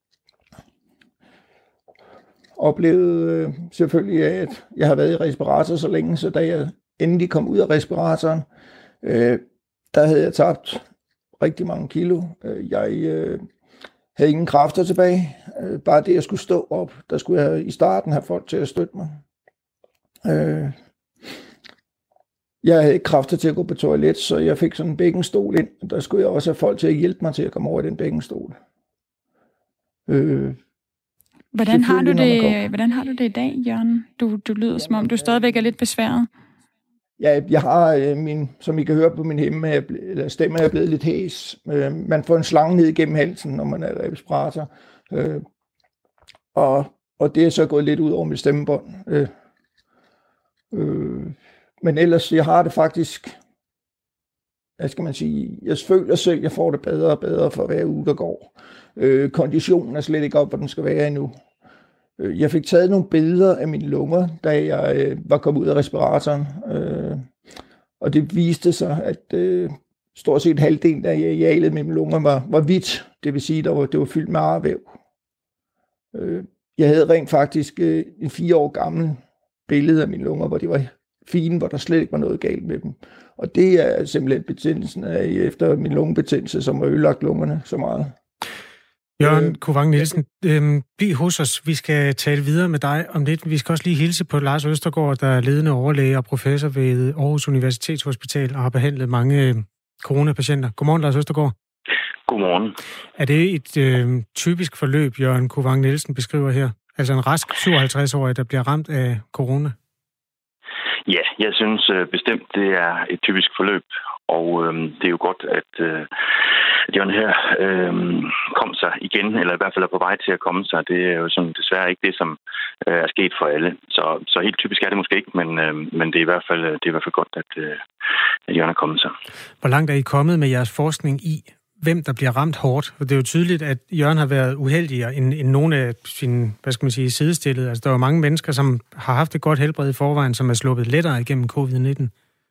oplevede øh, selvfølgelig, at jeg har været i respirator så længe, så da jeg endelig kom ud af respiratoren, øh, der havde jeg tabt rigtig mange kilo. Jeg øh, havde ingen kræfter tilbage. Øh, bare det, jeg skulle stå op, der skulle jeg i starten have folk til at støtte mig. Øh, Jeg havde ikke kræfter til at gå på toilet, så jeg fik sådan en bækkenstol ind. Der skulle jeg også have folk til at hjælpe mig til at komme over i den bækkenstol. Øh, hvordan, har du det, hvordan har du det i dag, Jørgen? Du, du lyder, som om du stadigvæk er lidt besværet. Ja, jeg har øh, min, som I kan høre på min hemme, eller stemme er blevet lidt hæs. Øh, man får en slange ned igennem halsen, når man er i respirator. Øh, og, og det er så gået lidt ud over mit stemmebånd. Øh, øh, Men ellers, jeg har det faktisk, hvad skal man sige, jeg føler selv, at jeg får det bedre og bedre for hver uge, der går. Øh, konditionen er slet ikke op, hvor den skal være endnu. Øh, jeg fik taget nogle billeder af mine lunger, da jeg øh, var kommet ud af respiratoren. Øh, og det viste sig, at øh, stort set halvdelen af arealet med mine lunger var, var hvidt. Det vil sige, at det var, det var fyldt med arvæv. Øh, jeg havde rent faktisk øh, en fire år gammel billede af mine lunger, hvor det var fine, hvor der slet ikke var noget galt med dem. Og det er simpelthen betændelsen af efter min lungebetændelse, som har ødelagt lungerne så meget. Jørgen Kovang Nielsen, øh, bliv hos os. Vi skal tale videre med dig om lidt. Vi skal også lige hilse på Lars Østergaard, der er ledende overlæge og professor ved Aarhus Universitetshospital og har behandlet mange øh, coronapatienter. Godmorgen, Lars Østergaard. Godmorgen. Er det et øh, typisk forløb, Jørgen Kovang Nielsen beskriver her? Altså en rask syvoghalvtreds-årig, der bliver ramt af corona? Ja, jeg synes øh, bestemt, det er et typisk forløb, og øh, det er jo godt, at øh, Jørgen her øh, kom sig igen, eller i hvert fald er på vej til at komme sig. Det er jo sådan, desværre ikke det, som øh, er sket for alle. Så, så helt typisk er det måske ikke, men, øh, men det, er i hvert fald, det er i hvert fald godt, at, øh, at Jørgen er kommet sig. Hvor langt er I kommet med jeres forskning i, hvem der bliver ramt hårdt? For det er jo tydeligt, at Jørgen har været uheldigere end, end nogle af sine, hvad skal man sige, sidestillede. Altså, der er jo mange mennesker, som har haft et godt helbred i forvejen, som er sluppet lettere igennem covid nitten.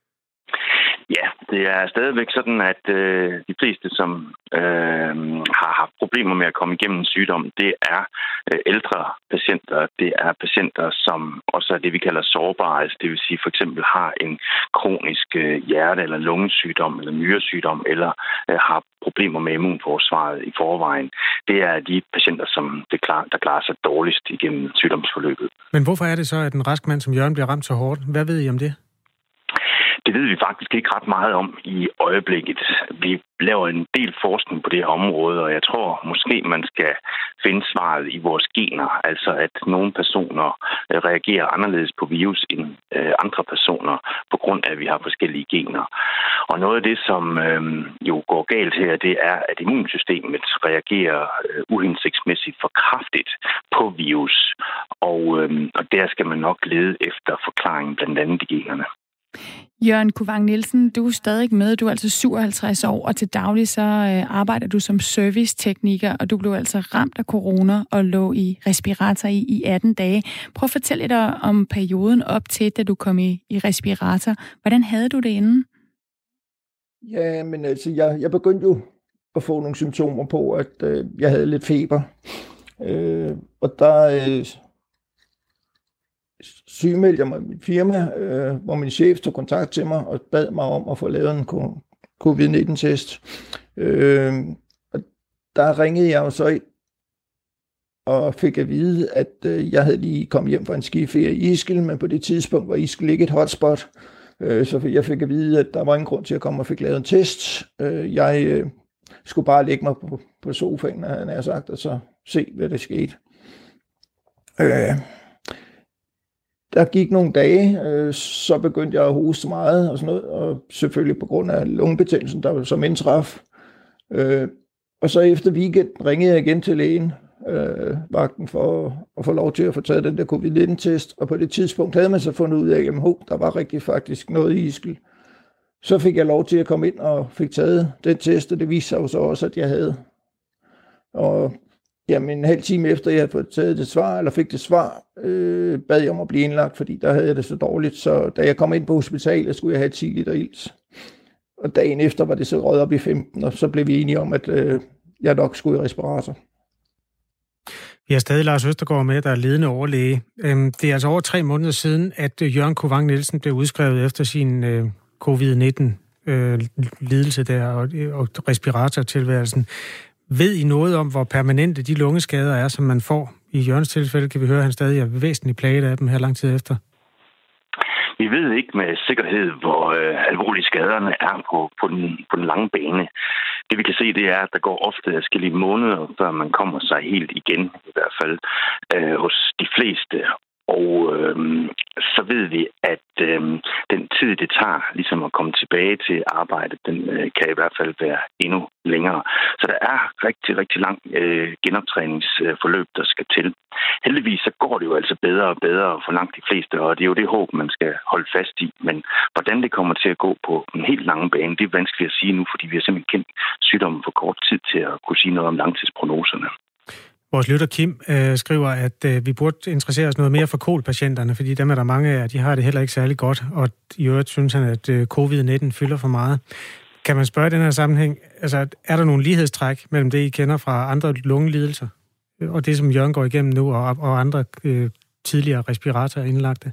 Ja, det er stadigvæk sådan, at øh, de fleste, som øh, har haft problemer med at komme igennem en sygdom, det er øh, ældre patienter. Det er patienter, som også er det, vi kalder sårbare. Altså, det vil sige, for eksempel har en kronisk øh, hjerte- eller lungesygdom, eller nyresygdom, eller øh, har problemer med immunforsvaret i forvejen. Det er de patienter, som det klar, der klarer sig dårligst igennem sygdomsforløbet. Men hvorfor er det så, at en rask mand som Jørgen bliver ramt så hårdt? Hvad ved I om det? det ved vi faktisk ikke ret meget om i øjeblikket. Vi laver en del forskning på det her område, og jeg tror måske, man skal finde svaret i vores gener. Altså at nogle personer reagerer anderledes på virus end andre personer, på grund af, at vi har forskellige gener. Og noget af det, som øh, jo går galt her, det er, at immunsystemet reagerer øh, uhensigtsmæssigt for kraftigt på virus. Og, øh, og der skal man nok lede efter forklaringen blandt andet i generne. Jørgen Kuvang Nielsen, du er stadig med. Du er altså syvoghalvtreds år, og til daglig så øh, arbejder du som servicetekniker, og du blev altså ramt af corona og lå i respirator i, i atten dage. Prøv at fortælle lidt om perioden op til, da du kom i, i respirator. Hvordan havde du det inden? Ja, men altså, jeg, jeg begyndte jo at få nogle symptomer på, at øh, jeg havde lidt feber. Øh, og der øh, sygemeldte jeg mig i mit firma, øh, hvor min chef tog kontakt til mig og bad mig om at få lavet en covid nitten test. Øh, og der ringede jeg jo så ind og fik at vide, at øh, jeg havde lige kommet hjem fra en skiferie i Ischgl, men på det tidspunkt var Ischgl ikke et hotspot. Så jeg fik at vide, at der var ingen grund til at komme og fik lavet en test. Jeg skulle bare lægge mig på, på sofaen, han har sagt, og så se, hvad der skete. Der gik nogle dage, så begyndte jeg at hoste meget og sådan noget, og selvfølgelig på grund af lungebetændelsen, der var som indtraf. Og så efter weekenden ringede jeg igen til lægen, Øh, vagten for at få lov til at få taget den der covid nitten test, og på det tidspunkt havde man så fundet ud af, at der var rigtig faktisk noget i Ischgl. Så fik jeg lov til at komme ind og fik taget den test, og det viste sig jo så også, at jeg havde. Og jamen, en halv time efter jeg havde fået taget det svar, eller fik det svar, øh, bad jeg om at blive indlagt, fordi der havde jeg det så dårligt, så da jeg kom ind på hospitalet, skulle jeg have ti liter ilt. Og dagen efter var det så røget op i femten, og så blev vi enige om, at øh, jeg nok skulle i respirator. Vi har stadig Lars Østergaard med, der er ledende overlæge. Det er altså over tre måneder siden, at Jørgen Kuvang Nielsen blev udskrevet efter sin covid nitten-lidelse der og respiratortilværelsen. Ved I noget om, hvor permanente de lungeskader er, som man får? I Jørgens tilfælde kan vi høre, at han stadig er væsentligt plaget af dem her lang tid efter. Vi ved ikke med sikkerhed, hvor øh, alvorlige skaderne er på, på, den, på den lange bane. Det vi kan se, det er, at der går ofte forskellige måneder, før man kommer sig helt igen, i hvert fald øh, hos de fleste. Og øh, så ved vi, at øh, den tid, det tager ligesom at komme tilbage til arbejdet, den øh, kan i hvert fald være endnu længere. Så der er rigtig, rigtig lang øh, genoptræningsforløb, der skal til. Heldigvis så går det jo altså bedre og bedre for langt de fleste, og det er jo det håb, man skal holde fast i. Men hvordan det kommer til at gå på en helt lang bane, det er vanskeligt at sige nu, fordi vi har simpelthen kendt sygdommen for kort tid til at kunne sige noget om langtidsprognoserne. Vores lytter Kim øh, skriver, at øh, vi burde interessere os noget mere for kolpatienterne, fordi dem er der mange af, de har det heller ikke særlig godt, og i øvrigt synes han, at øh, covid nitten fylder for meget. Kan man spørge i den her sammenhæng, altså er der nogle lighedstræk mellem det, I kender fra andre lungelidelser, og det, som Jørgen går igennem nu, og, og andre øh, tidligere respiratorer indlagte?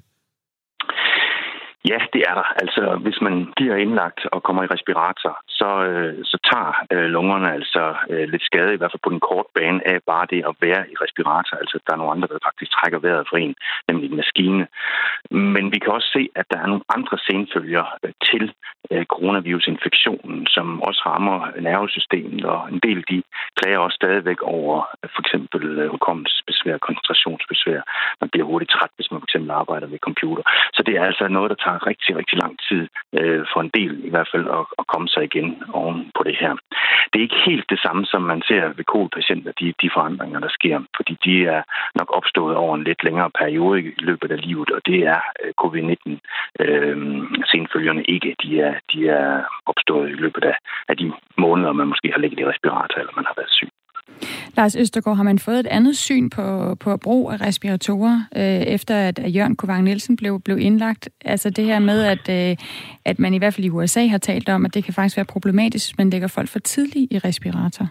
Ja, det er der. Altså, hvis man bliver indlagt og kommer i respirator, så, øh, så tager øh, lungerne altså øh, lidt skade, i hvert fald på den korte bane, af bare det at være i respirator. Altså, der er nogle andre, der faktisk trækker vejret for en, nemlig en maskine. Men vi kan også se, at der er nogle andre senfølger øh, til øh, coronavirusinfektionen, som også rammer nervesystemet, og en del de klager også stadigvæk over øh, for eksempel øh, hukommelsesbesvær, koncentrationsbesvær. Man bliver hurtigt træt, hvis man for eksempel arbejder ved computer. Så det er altså noget, der tager rigtig, rigtig lang tid øh, for en del i hvert fald at, at komme sig igen oven på det her. Det er ikke helt det samme, som man ser ved kolpatienter, de, de forandringer, der sker, fordi de er nok opstået over en lidt længere periode i løbet af livet, og det er øh, covid nitten øh, senfølgerne ikke. De er, de er opstået i løbet af, af de måneder, man måske har ligget i respirator, eller man har været syg. Lars Østergaard, har man fået et andet syn på, på brug af respiratorer, øh, efter at Jørgen Kuvang Nielsen blev, blev indlagt? Altså det her med, at, øh, at man i hvert fald i U S A har talt om, at det kan faktisk være problematisk, hvis man lægger folk for tidligt i respirator.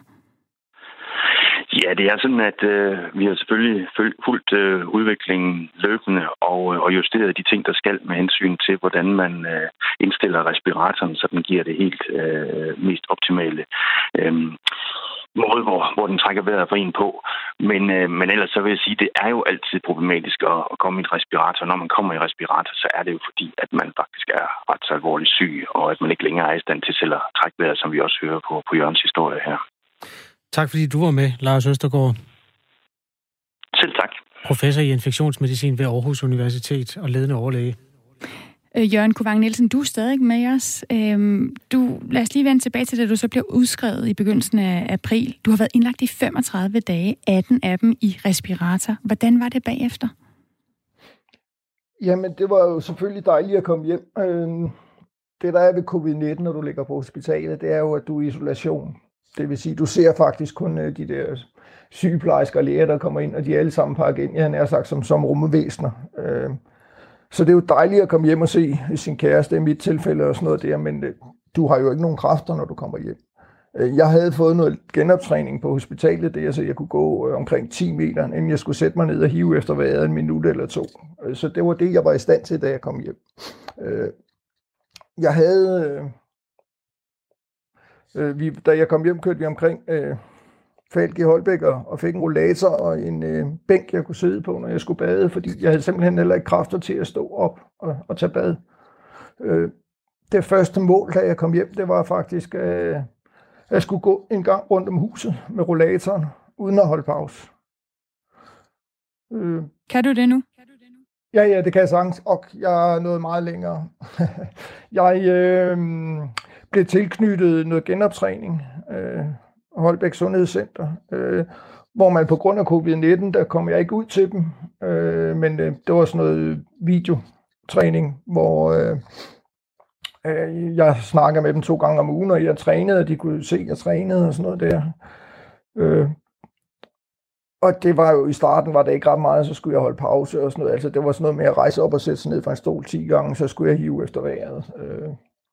Ja, det er sådan, at øh, vi har selvfølgelig fulgt øh, udviklingen løbende og, og justeret de ting, der skal med hensyn til, hvordan man øh, indstiller respiratoren, så den giver det helt øh, mest optimale. Øhm, måde, hvor, hvor den trækker vejret for en på. Men, øh, men ellers så vil jeg sige, det er jo altid problematisk at, at komme i et respirator. Når man kommer i respirator, så er det jo fordi, at man faktisk er ret så alvorligt syg, og at man ikke længere er i stand til selv at trække vejret, som vi også hører på, på Jørgens historie her. Tak fordi du var med, Lars Østergaard. Selv tak. Professor i infektionsmedicin ved Aarhus Universitet og ledende overlæge. Øh, Jørgen Kovang Nielsen, du er stadig med os. Øhm, du, lad os lige vende tilbage til, da du så blev udskrevet i begyndelsen af april. Du har været indlagt i femogtredive dage, atten af dem i respirator. Hvordan var det bagefter? Jamen, det var jo selvfølgelig dejligt at komme hjem. Øhm, det, der er ved covid nitten, når du ligger på hospitalet, det er jo, at du er i isolation. Det vil sige, du ser faktisk kun øh, de der sygeplejersker og læger, der kommer ind, og de er alle sammen på igen, jeg har sagt, som, som rummevæsener. Øh, så det er jo dejligt at komme hjem og se sin kæreste, i mit tilfælde og sådan noget der, men øh, du har jo ikke nogen kræfter, når du kommer hjem. Øh, jeg havde fået noget genoptræning på hospitalet, der, så jeg kunne gå øh, omkring ti meter, inden jeg skulle sætte mig ned og hive efter vejret en minut eller to. Øh, så det var det, jeg var i stand til, da jeg kom hjem. Øh, jeg havde... Øh, øh, vi, da jeg kom hjem, kørte vi omkring... Øh, Falk i Holbæk og, og fik en rollator og en øh, bænk, jeg kunne sidde på, når jeg skulle bade, fordi jeg havde simpelthen heller ikke kræfter til at stå op og, og tage bad. Øh, det første mål, da jeg kom hjem, det var faktisk, øh, at jeg skulle gå en gang rundt om huset med rollatoren, uden at holde pause. Øh, kan du det nu? Ja, ja, det kan jeg sagtens, og jeg er nået meget længere. jeg øh, blev tilknyttet noget genoptræning, øh, Holbæk Sundhedscenter, øh, hvor man på grund af covid nitten, der kom jeg ikke ud til dem, øh, men øh, det var sådan noget videotræning, hvor øh, øh, jeg snakkede med dem to gange om ugen, og jeg trænede, og de kunne se, at jeg trænede og sådan noget der. Øh, og det var jo, i starten var det ikke ret meget, så skulle jeg holde pause og sådan noget, altså det var sådan noget med at rejse op og sætte sig ned fra en stol ti gange, så skulle jeg hive efter vejret. Øh.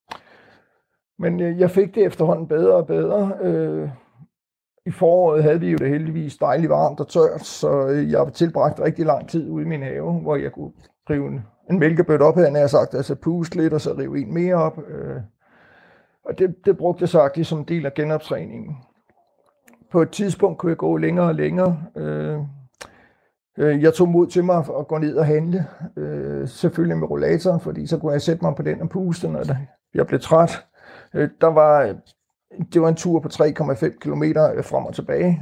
Men øh, jeg fik det efterhånden bedre og bedre. Øh, I foråret havde vi jo det heldigvis dejligt varmt og tørt, så jeg tilbragte rigtig lang tid ude i min have, hvor jeg kunne rive en, en mælkebøtte op her, når jeg sagt, altså puste lidt, og så rive en mere op. Øh, og det, det brugte jeg sagt som en del af genoptræningen. På et tidspunkt kunne jeg gå længere og længere. Øh, øh, jeg tog mod til mig at gå ned og handle, øh, selvfølgelig med rollatoren, fordi så kunne jeg sætte mig på den og puste, når jeg blev træt. Øh, der var... Det var en tur på tre komma fem kilometer frem og tilbage.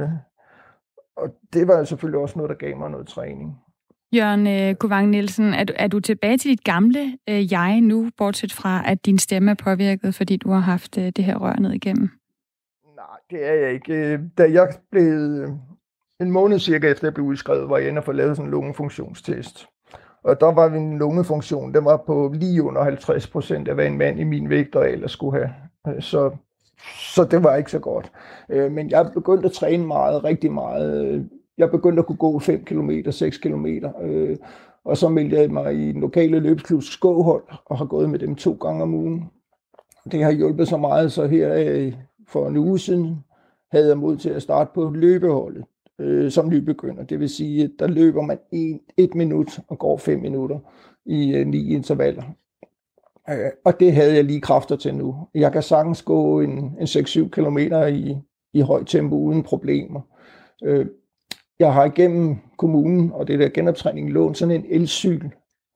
Og det var selvfølgelig også noget, der gav mig noget træning. Jørgen Kovang Nielsen, er du, er du tilbage til dit gamle øh, jeg nu, bortset fra, at din stemme er påvirket, fordi du har haft øh, det her rør ned igennem? Nej, det er jeg ikke. Da jeg blev en måned cirka efter jeg blev udskrevet, var jeg inde og få lavet sådan en lungefunktionstest. Og der var min lungefunktion, den var på lige under halvtreds procent af, hvad en mand i min vægt og ellers skulle have. Så, så det var ikke så godt. Men jeg begyndte at træne meget, rigtig meget. Jeg begyndte at kunne gå fem kilometer, seks kilometer. Og så meldte jeg mig i den lokale løbsklubs skåhold og har gået med dem to gange om ugen. Det har hjulpet så meget, så her for en uge siden havde jeg mod til at starte på løbeholdet som nybegynder. Det vil sige, at der løber man en, et minut og går fem minutter i ni intervaller. Og det havde jeg lige kræfter til nu. Jeg kan sagtens gå en, en seks syv kilometer i, i højt tempo uden problemer. Jeg har igennem kommunen og det der genoptræning lånt sådan en elcykel.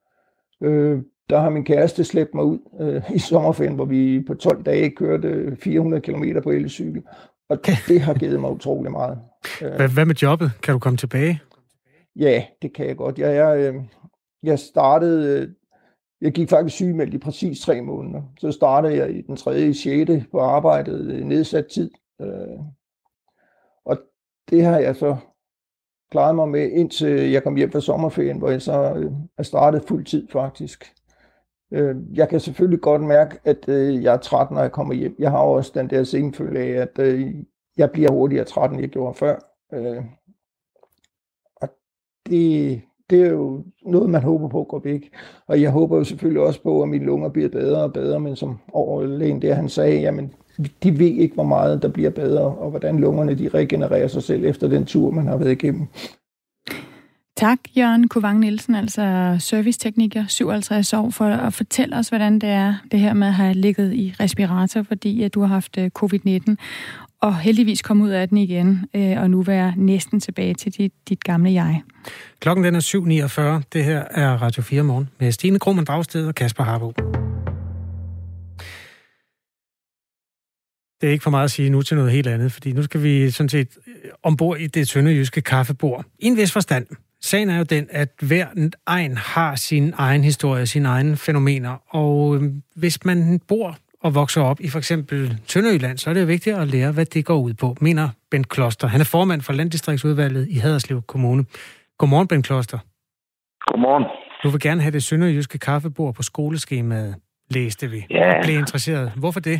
Der har min kæreste slæbt mig ud i sommerferien, hvor vi på tolv dage kørte fire hundrede kilometer på elcykel. Og det har givet mig utrolig meget. Hvad, hvad med jobbet? Kan du komme tilbage? Ja, det kan jeg godt. Jeg, jeg, jeg startede... Jeg gik faktisk sygemeldt i præcis tre måneder. Så startede jeg i den tredje sjette på arbejdet nedsat tid. Og det har jeg så klaret mig med, indtil jeg kom hjem fra sommerferien, hvor jeg så er startet fuld tid faktisk. Jeg kan selvfølgelig godt mærke, at jeg er træt, når jeg kommer hjem. Jeg har også den der senfølge af, at jeg bliver hurtigere træt, end jeg gjorde før. Og det... Det er jo noget, man håber på går væk. Og jeg håber jo selvfølgelig også på, at mine lunger bliver bedre og bedre, men som overlægen der, han sagde, jamen, de ved ikke, hvor meget der bliver bedre, og hvordan lungerne de regenererer sig selv efter den tur, man har været igennem. Tak, Jørgen Kovang Nielsen, altså servicetekniker, syvoghalvtreds år, for at fortælle os, hvordan det er, det her med at have ligget i respirator, fordi at du har haft covid nitten. og heldigvis komme ud af den igen, øh, og nu være næsten tilbage til dit, dit gamle jeg. Klokken den er syv niogfyrre. Det her er Radio fire Morgen med Stine Krohmann Dragsted og Kasper Harbo. Det er ikke for meget at sige nu til noget helt andet, fordi nu skal vi sådan set ombord i det sønderjyske kaffebord. I en vis forstand. Sagen er jo den, at hver egen har sin egen historie, sine egne fænomener, og hvis man bor og vokser op i for eksempel Sønderjylland, så er det jo vigtigt at lære, hvad det går ud på, mener Bent Kloster. Han er formand for Landdistriktsudvalget i Haderslev Kommune. Godmorgen, Bent Kloster. Godmorgen. Du vil gerne have det sønderjyske kaffebord på skoleskemaet, læste vi. Ja. Og blev interesseret. Hvorfor det?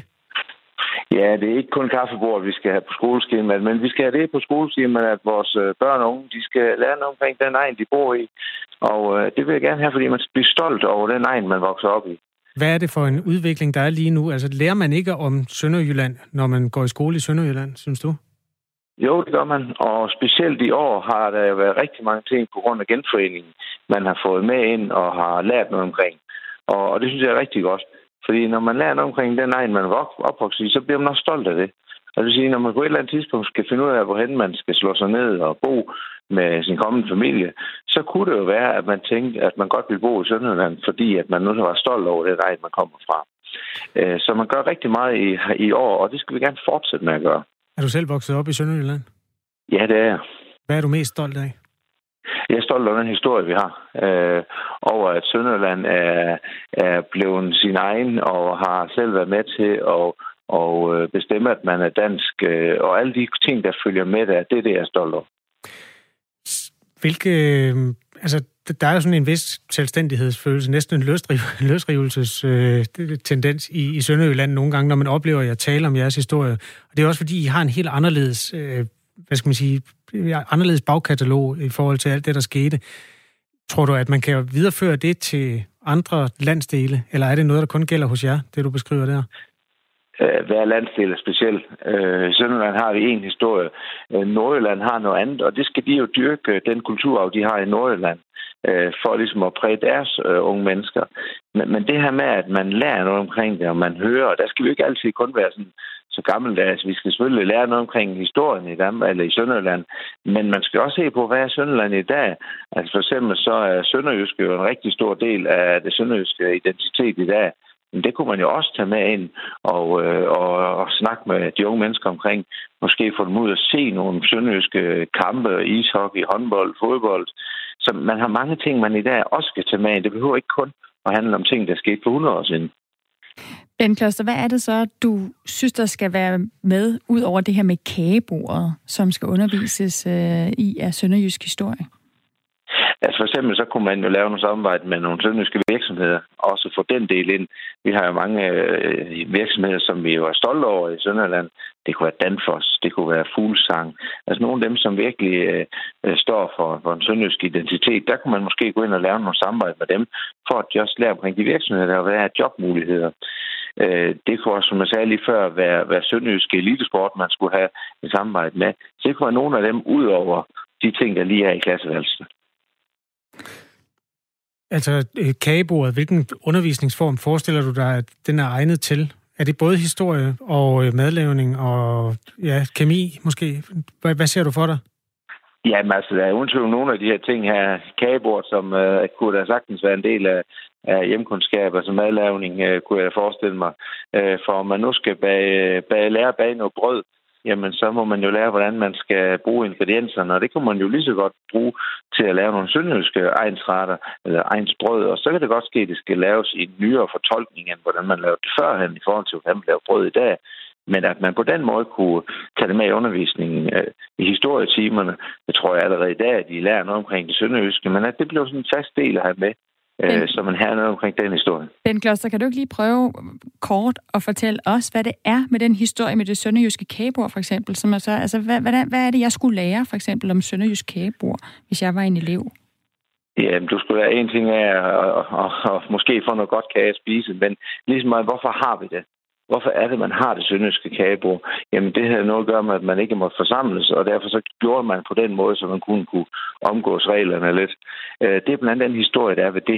Ja, det er ikke kun kaffebord, vi skal have på skoleskemaet, men vi skal have det på skoleskemaet, at vores børn og unge, de skal lære noget omkring den egen, de bor i. Og øh, det vil jeg gerne have, fordi man skal blive stolt over den egen, man vokser op i. Hvad er det for en udvikling, der er lige nu? Altså, lærer man ikke om Sønderjylland, når man går i skole i Sønderjylland, synes du? Jo, det gør man. Og specielt i år har der jo været rigtig mange ting på grund af genforeningen, man har fået med ind og har lært noget omkring. Og, og det synes jeg er rigtig godt. Fordi når man lærer noget omkring den egen, man er opvokset i, så bliver man også stolt af det. Og det vil sige, når man på et eller andet tidspunkt skal finde ud af, hvorhen man skal slå sig ned og bo med sin kommende familie, så kunne det jo være, at man tænkte, at man godt ville bo i Sønderjylland, fordi at man nu var stolt over det egen, man kommer fra. Så man gør rigtig meget i, i år, og det skal vi gerne fortsætte med at gøre. Er du selv vokset op i Sønderjylland? Ja, det er jeg. Hvad er du mest stolt af? Jeg er stolt over den historie, vi har. Øh, over at Sønderjylland er, er blevet sin egen og har selv været med til at og bestemme, at man er dansk. Og alle de ting, der følger med der, det er det, jeg er stolt over. Hvilke... Altså, der er jo sådan en vis selvstændighedsfølelse, næsten en løsriv- løsrivelsestendens øh, i, i Sønderjylland nogle gange, når man oplever, at jeg taler om jeres historie. Og det er også fordi, I har en helt anderledes... Øh, hvad skal man sige... anderledes bagkatalog i forhold til alt det, der skete. Tror du, at man kan videreføre det til andre landsdele, eller er det noget, der kun gælder hos jer, det du beskriver der? Hver landsdel er speciel. I Sønderjylland har vi en historie. Nordjylland har noget andet, og det skal de jo dyrke, den kulturarv, de har i Nordjylland, for ligesom at præge deres unge mennesker. Men det her med, at man lærer noget omkring det, og man hører, og der skal vi ikke altid kun være sådan så gammeldags. Vi skal selvfølgelig lære noget omkring historien i Danmark eller i Sønderjylland, men man skal også se på, hvad er Sønderjylland i dag? Altså for eksempel så er sønderjysk jo en rigtig stor del af det sønderjyske identitet i dag. Men det kunne man jo også tage med ind og, øh, og, og snakke med de unge mennesker omkring. Måske få dem ud og se nogle sønderjyske kampe, ishockey, håndbold, fodbold. Så man har mange ting, man i dag også skal tage med ind. Det behøver ikke kun at handle om ting, der skete for hundrede år siden. Bent Kloster, hvad er det så, du synes, der skal være med, ud over det her med kagebordet, som skal undervises øh, i af sønderjysk historie? Altså for eksempel så kunne man jo lave noget samarbejde med nogle sønderjyske virksomheder, også få den del ind. Vi har jo mange øh, virksomheder, som vi jo er stolte over i Sønderjylland. Det kunne være Danfoss, det kunne være Fuglsang. Altså nogle af dem, som virkelig øh, står for, for en sønderjysk identitet, der kunne man måske gå ind og lave noget samarbejde med dem, for at de også lærer omkring de virksomheder, der er jobmuligheder. Øh, det kunne også, som jeg sagde lige før, være, være sønderjysk elitesport, man skulle have et samarbejde med. Så det kunne være nogle af dem ud over de ting, der lige er i klasseværelsen. Altså kagebordet, hvilken undervisningsform forestiller du dig, at den er egnet til? Er det både historie og madlavning og ja, kemi måske? Hvad, hvad ser du for dig? Jamen altså, der er undtaget nogle af de her ting her. Kagebord, som uh, kunne da sagtens være en del af, af hjemkundskab, altså madlavning, uh, kunne jeg forestille mig. Uh, for om man nu skal bage, bage, lære at bage noget brød, jamen så må man jo lære, hvordan man skal bruge ingredienserne, og det kan man jo lige så godt bruge til at lave nogle sønderjyske egnsretter eller egnsbrød, og så kan det godt ske, at det skal laves i en nyere fortolkning, end hvordan man lavede det førhen i forhold til, hvordan man laver brød i dag. Men at man på den måde kunne tage det med i undervisningen øh, i historietimerne, det tror jeg allerede i dag, at de lærer noget omkring det sønderjyske, men at det bliver sådan en fast del at have med, øh, så man har noget omkring den historie. Bent Kloster, kan du ikke lige prøve kort at fortælle os, hvad det er med den historie med det sønderjyske kagebord, for eksempel? Som er så, altså, hvad, hvad, er, hvad er det, jeg skulle lære, for eksempel, om sønderjysk kagebord, hvis jeg var en elev? Jamen, du skulle lære en ting af og, og, og måske få noget godt kage at spise, men ligesom meget, hvorfor har vi det? Hvorfor er det, man har det sønderjyske kagebord? Jamen, det havde noget at gøre med, at man ikke måtte forsamles, og derfor så gjorde man på den måde, så man kunne kunne omgås reglerne lidt. Det er blandt andet den historie, der er ved det.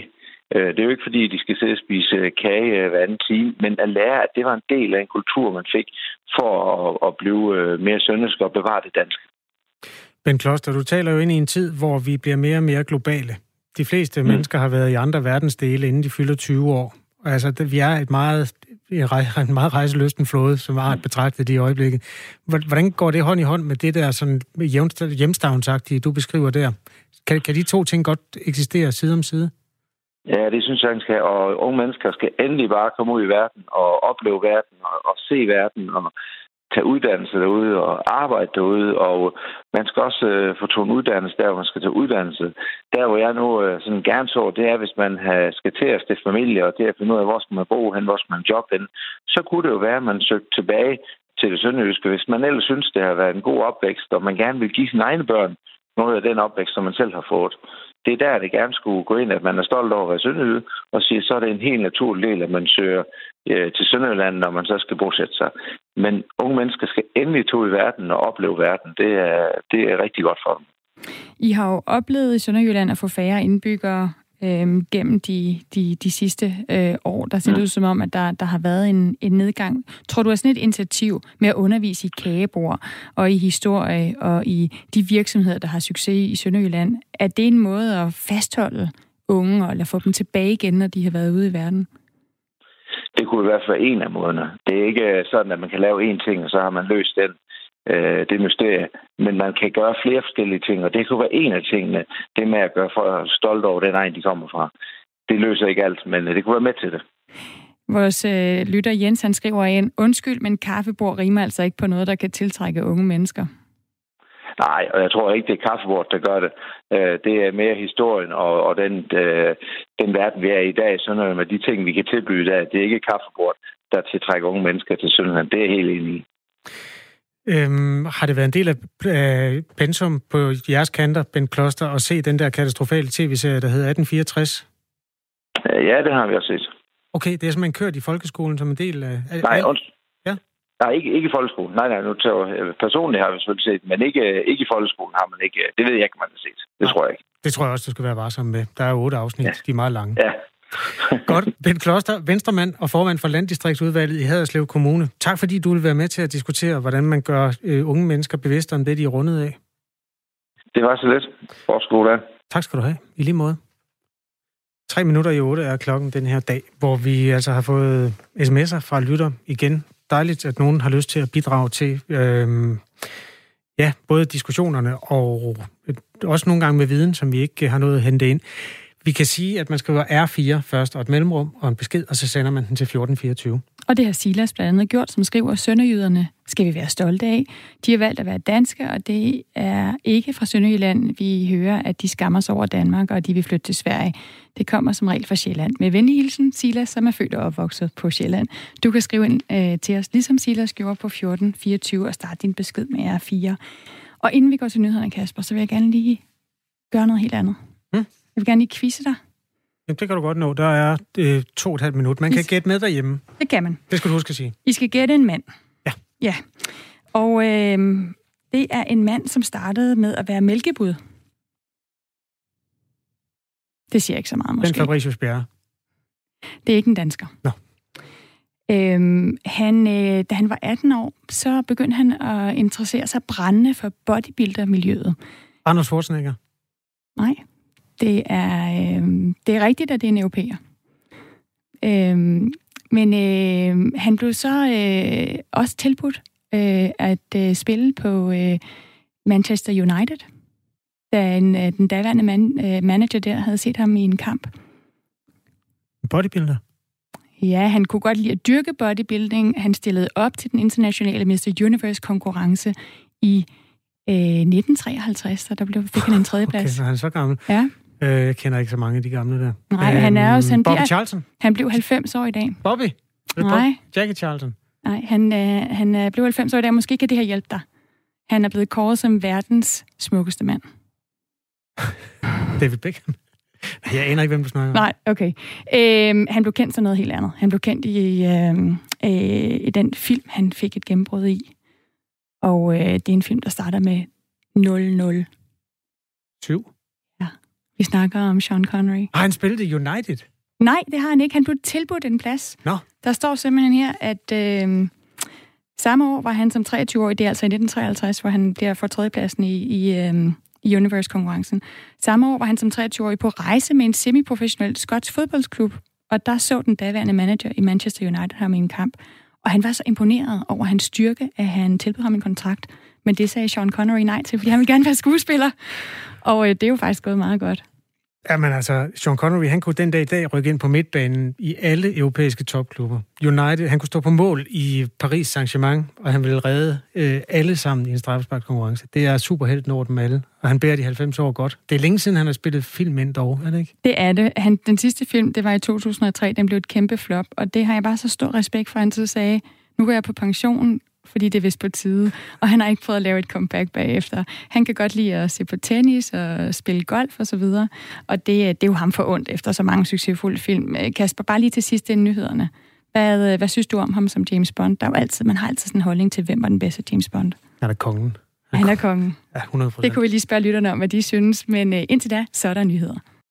Det er jo ikke, fordi de skal sidde og spise kage hver anden time, men at lære, at det var en del af en kultur, man fik for at, at blive mere sønderjysk og bevare det danske. Ben Kloster, du taler jo ind i en tid, hvor vi bliver mere og mere globale. De fleste mm. mennesker har været i andre verdensdele, inden de fylder tyve år. Altså, vi er et meget, en meget rejselysten flåde, som har betragtet i øjeblikket. Hvordan går det hånd i hånd med det der sådan hjemstavnsagtige, du beskriver der? Kan, kan de to ting godt eksistere side om side? Ja, det synes jeg, han skal. Og unge mennesker skal endelig bare komme ud i verden og opleve verden og, og se verden og tage uddannelse derude og arbejde derude. Og man skal også øh, få tog en uddannelse der, hvor man skal tage uddannelse. Der, hvor jeg nu øh, sådan gerne så, det er, hvis man har, skal til at stifte familie og til at finde ud af, hvor skal man bo hen, hvor skal man jobbe hen, så kunne det jo være, at man søgte tilbage til det sønderjyske. Hvis man ellers synes, det har været en god opvækst, og man gerne vil give sine egne børn noget af den opvækst, som man selv har fået. Det er der, det gerne skulle gå ind, at man er stolt over at være sønderjyde, og siger, så er det en helt naturlig del, at man søger øh, til Sønderjylland, når man så skal bosætte sig. Men unge mennesker skal endelig tage ud i verden og opleve verden. Det er, det er rigtig godt for dem. I har jo oplevet i Sønderjylland at få færre indbyggere øh, gennem de, de, de sidste øh, år. Der ser det ud som om, at der, der har været en, en nedgang. Tror du, at sådan et initiativ med at undervise i kagebord og i historie og i de virksomheder, der har succes i Sønderjylland, er det en måde at fastholde unge og lade få dem tilbage igen, når de har været ude i verden? Det kunne i hvert fald være en af måderne. Det er ikke sådan, at man kan lave én ting, og så har man løst den. Det mysterie, men man kan gøre flere forskellige ting, og det kunne være en af tingene, det med at gøre folk stolte over den egen, de kommer fra. Det løser ikke alt, men det kunne være med til det. Vores øh, lytter Jens, han skriver ind, undskyld, men kaffebord rimer altså ikke på noget, der kan tiltrække unge mennesker. Nej, og jeg tror ikke, det er kaffebord, der gør det. Det er mere historien og, og den, den verden, vi er i dag, sådan med de ting, vi kan tilbyde der. Det er ikke kaffebord, der tiltrækker unge mennesker til Sønderjylland. Det er helt enig i. Øhm, har det været en del af øh, pensum på jeres kanter, Ben Kloster, at se den der katastrofale tv-serie, der hedder atten fireogtres? Ja, det har vi også set. Okay, det er simpelthen kørt i folkeskolen som en del af... Nej, und... ja? Nej, ikke, ikke i folkeskolen. Nej, nej, nu tager personligt har vi selvfølgelig set, men ikke, ikke i folkeskolen har man ikke... Det ved jeg ikke, man har set. Det nej, tror jeg ikke. Det tror jeg også, du skal være varsom med. Der er otte afsnit, ja. De er meget lange. Ja. Godt. Ben Kloster, venstremand og formand for Landdistriktsudvalget i Haderslev Kommune. Tak fordi du vil være med til at diskutere, hvordan man gør øh, unge mennesker bevidste om det, de er rundet af. Det var så lidt. Forskole af. Tak skal du have. I lige måde. Tre minutter i otte er klokken den her dag, hvor vi altså har fået sms'er fra lytter igen. Dejligt, at nogen har lyst til at bidrage til øh, ja, både diskussionerne og også nogle gange med viden, som vi ikke har nået at hente ind. Vi kan sige, at man skriver R fire først og et mellemrum og en besked, og så sender man den til fjorten fireogtyve. Og det har Silas blandt andet gjort, som skriver, sønderjyderne skal vi være stolte af. De har valgt at være danske, og det er ikke fra Sønderjylland, vi hører, at de skammer sig over Danmark, og de vil flytte til Sverige. Det kommer som regel fra Sjælland. Med venlig hilsen, Silas, som er født og opvokset på Sjælland. Du kan skrive ind øh, til os, ligesom Silas gjorde på fjorten fireogtyve, og starte din besked med R fire. Og inden vi går til nyhederne, Kasper, så vil jeg gerne lige gøre noget helt andet. Hmm? Jeg vil gerne lige quizze dig. Jamen, det kan du godt nå. Der er øh, to og et halvt minut. Man kan gætte med derhjemme. Det kan man. Det skal du huske at sige. I skal gætte en mand. Ja. Ja. Og øh, det er en mand, som startede med at være mælkebud. Det siger ikke så meget, måske. Den Fabricius Bjerre. Det er ikke en dansker. Nå. Øhm, han, øh, da han var atten år, så begyndte han at interessere sig brændende for bodybuilder-miljøet. Arnold Schwarzenegger? Nej. Det er, øh, det er rigtigt, at det er en europæer. Øh, men øh, han blev så øh, også tilbudt øh, at øh, spille på øh, Manchester United, da en, øh, den daværende man, øh, manager der havde set ham i en kamp. Bodybuilder? Ja, han kunne godt lide at dyrke bodybuilding. Han stillede op til den internationale mister Universe-konkurrence i øh, nitten treoghalvtreds, så der blev, fik han en tredje plads. Okay, så han er så gammel. Ja. Jeg kender ikke så mange af de gamle der. Nej, øhm, han er også... Han Bobby bliver, Charlton? Han blev halvfems år i dag. Bobby? Nej. Jackie Charlton? Nej, han, øh, han øh, blev halvfems år i dag. Måske kan det her hjælpe dig. Han er blevet kåret som verdens smukkeste mand. David Beckham? Jeg aner ikke, hvem du snakker om. Nej, okay. Øhm, han blev kendt som noget helt andet. Han blev kendt i, øh, øh, i den film, han fik et gennembrud i. Og øh, det er en film, der starter med nul nul syv? Ja. Vi snakker om Sean Connery. Har han spillet i United? Nej, det har han ikke. Han blev tilbudt en plads. Nå. Der står simpelthen her, at øh, samme år var han som treogtyve-årig, det er altså i nitten treoghalvtreds, hvor han bliver for tredjepladsen i, i, øh, i Universe-konkurrencen. Samme år var han som treogtyve-årig på rejse med en semiprofessionel skotsk fodboldsklub, og der så den daværende manager i Manchester United ham i en kamp. Og han var så imponeret over hans styrke, at han tilbød ham en kontrakt. Men det sagde Sean Connery nej til, fordi han ville gerne være skuespiller. Og øh, det er jo faktisk gået meget godt. Jamen altså, Sean Connery, han kunne den dag i dag rykke ind på midtbanen i alle europæiske topklubber. United, han kunne stå på mål i Paris Saint-Germain, og han ville redde øh, alle sammen i en straffesparkskonkurrence. Det er superhelten over dem alle, og han bærer de halvfems år godt. Det er længe siden, han har spillet film ind dog, er det ikke? Det er det. Han, den sidste film, det var i to tusind og tre, den blev et kæmpe flop, og det har jeg bare så stor respekt for, han så sagde, nu går jeg på pension, fordi det er vist på tide, og han har ikke prøvet at lave et comeback bagefter. Han kan godt lide at se på tennis og spille golf og så videre, og det, det er jo ham for ondt efter så mange succesfulde film. Kasper, bare lige til sidst inden nyhederne. Hvad, hvad synes du om ham som James Bond? Der er jo altid, man har altid sådan en holdning til, hvem var den bedste James Bond. Han er kongen. Han er kongen. Ja, hundrede procent. Det kunne vi lige spørge lytterne om, hvad de synes, men indtil da, så er der nyheder.